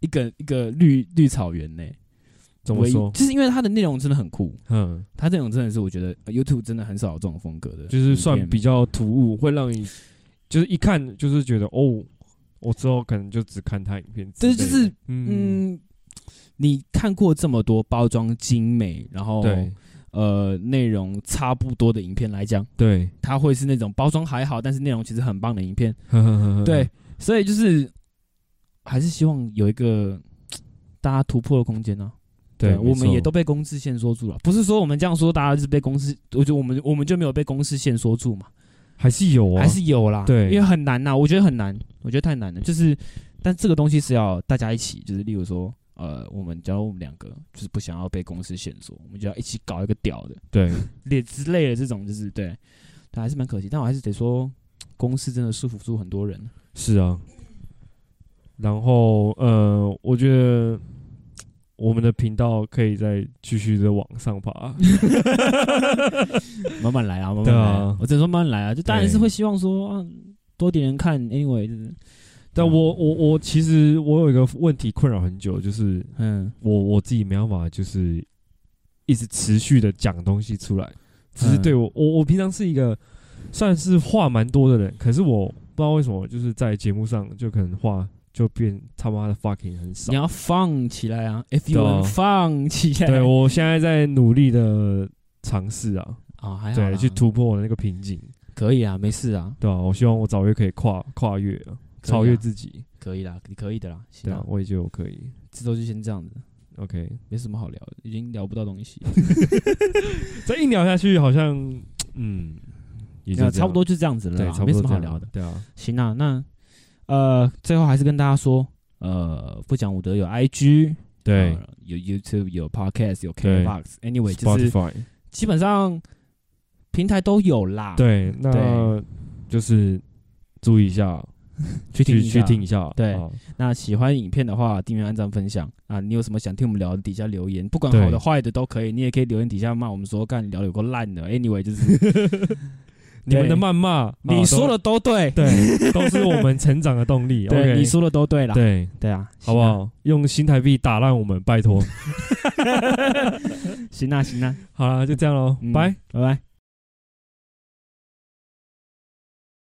一个绿草原呢。 怎么说？ 就是因为它的内容真的很酷，它这种真的是我觉得 YouTube 真的很少有这种风格的， 就是算比较突兀，会让你就是一看就是觉得哦，我之后可能就只看他影片。 对，就是你看过这么多包装精美，然后内容差不多的影片来讲， 对， 它会是那种包装还好，但是内容其实很棒的影片。对，所以就是还是希望有一个大家突破的空间呢。对，我们也都被公视限缩住了，不是说我们这样说，大家就是被公视，我觉得我们就没有被公视限缩住嘛， 还是有啊， 还是有啦， 对， 因为很难呐，我觉得很难，我觉得太难了，就是，但这个东西是要大家一起，就是例如说，假如我们两个就是不想要被公司限缩，我们就要一起搞一个屌的， 对， 之类的这种，就是对，还是蛮可惜，但我还是得说，公司真的束缚住很多人， 是啊，然后我觉得。我们的频道可以再继续的往上爬， 慢慢来啊，慢慢来啊。我只能说慢慢来啊，就当然是会希望说啊，多点人看。Anyway， 就是， 但我其实我有一个问题困扰很久，就是我自己没办法，就是一直持续的讲东西出来。只是对我平常是一个算是话蛮多的人，可是我不知道为什么，就是在节目上就可能话。就变他妈的 fucking 很少。 你要放起来啊 ！If you want 放起来。 对，我现在在努力的尝试啊。 还好。 对，去突破我的那个瓶颈。 可以啊，没事啊。 对啊，我希望我早日可以跨越啊，超越自己。 可以啦，你可以的啦。 对啊，我也觉得我可以。 这周就先这样子。 OK， 没什么好聊的，已经聊不到东西。 再硬聊下去，好像也就差不多就这样子了。对，没什么好聊的。 对啊。 行啊，那。最后还是跟大家说，不讲武德有 IG， 对， 有 YouTube， 有 Podcast， 有 KKBOX，Anyway， 就是 Spotify， 基本上平台都有啦。 对，那就是注意一下，去听一下。 对，那喜欢影片的话，订阅、按赞、分享啊！你有什么想听我们聊的，底下留言，不管好的坏的都可以，你也可以留言底下骂我们说，干你聊的有够烂的。Anyway， 就是。 你们的谩骂， 你说的都对， 对，都是我们成长的动力。 对，你说的都对啦。 对啊， 好不好？用新台币打烂我们，拜托。 行啊， 好啦，就这样咯，拜拜。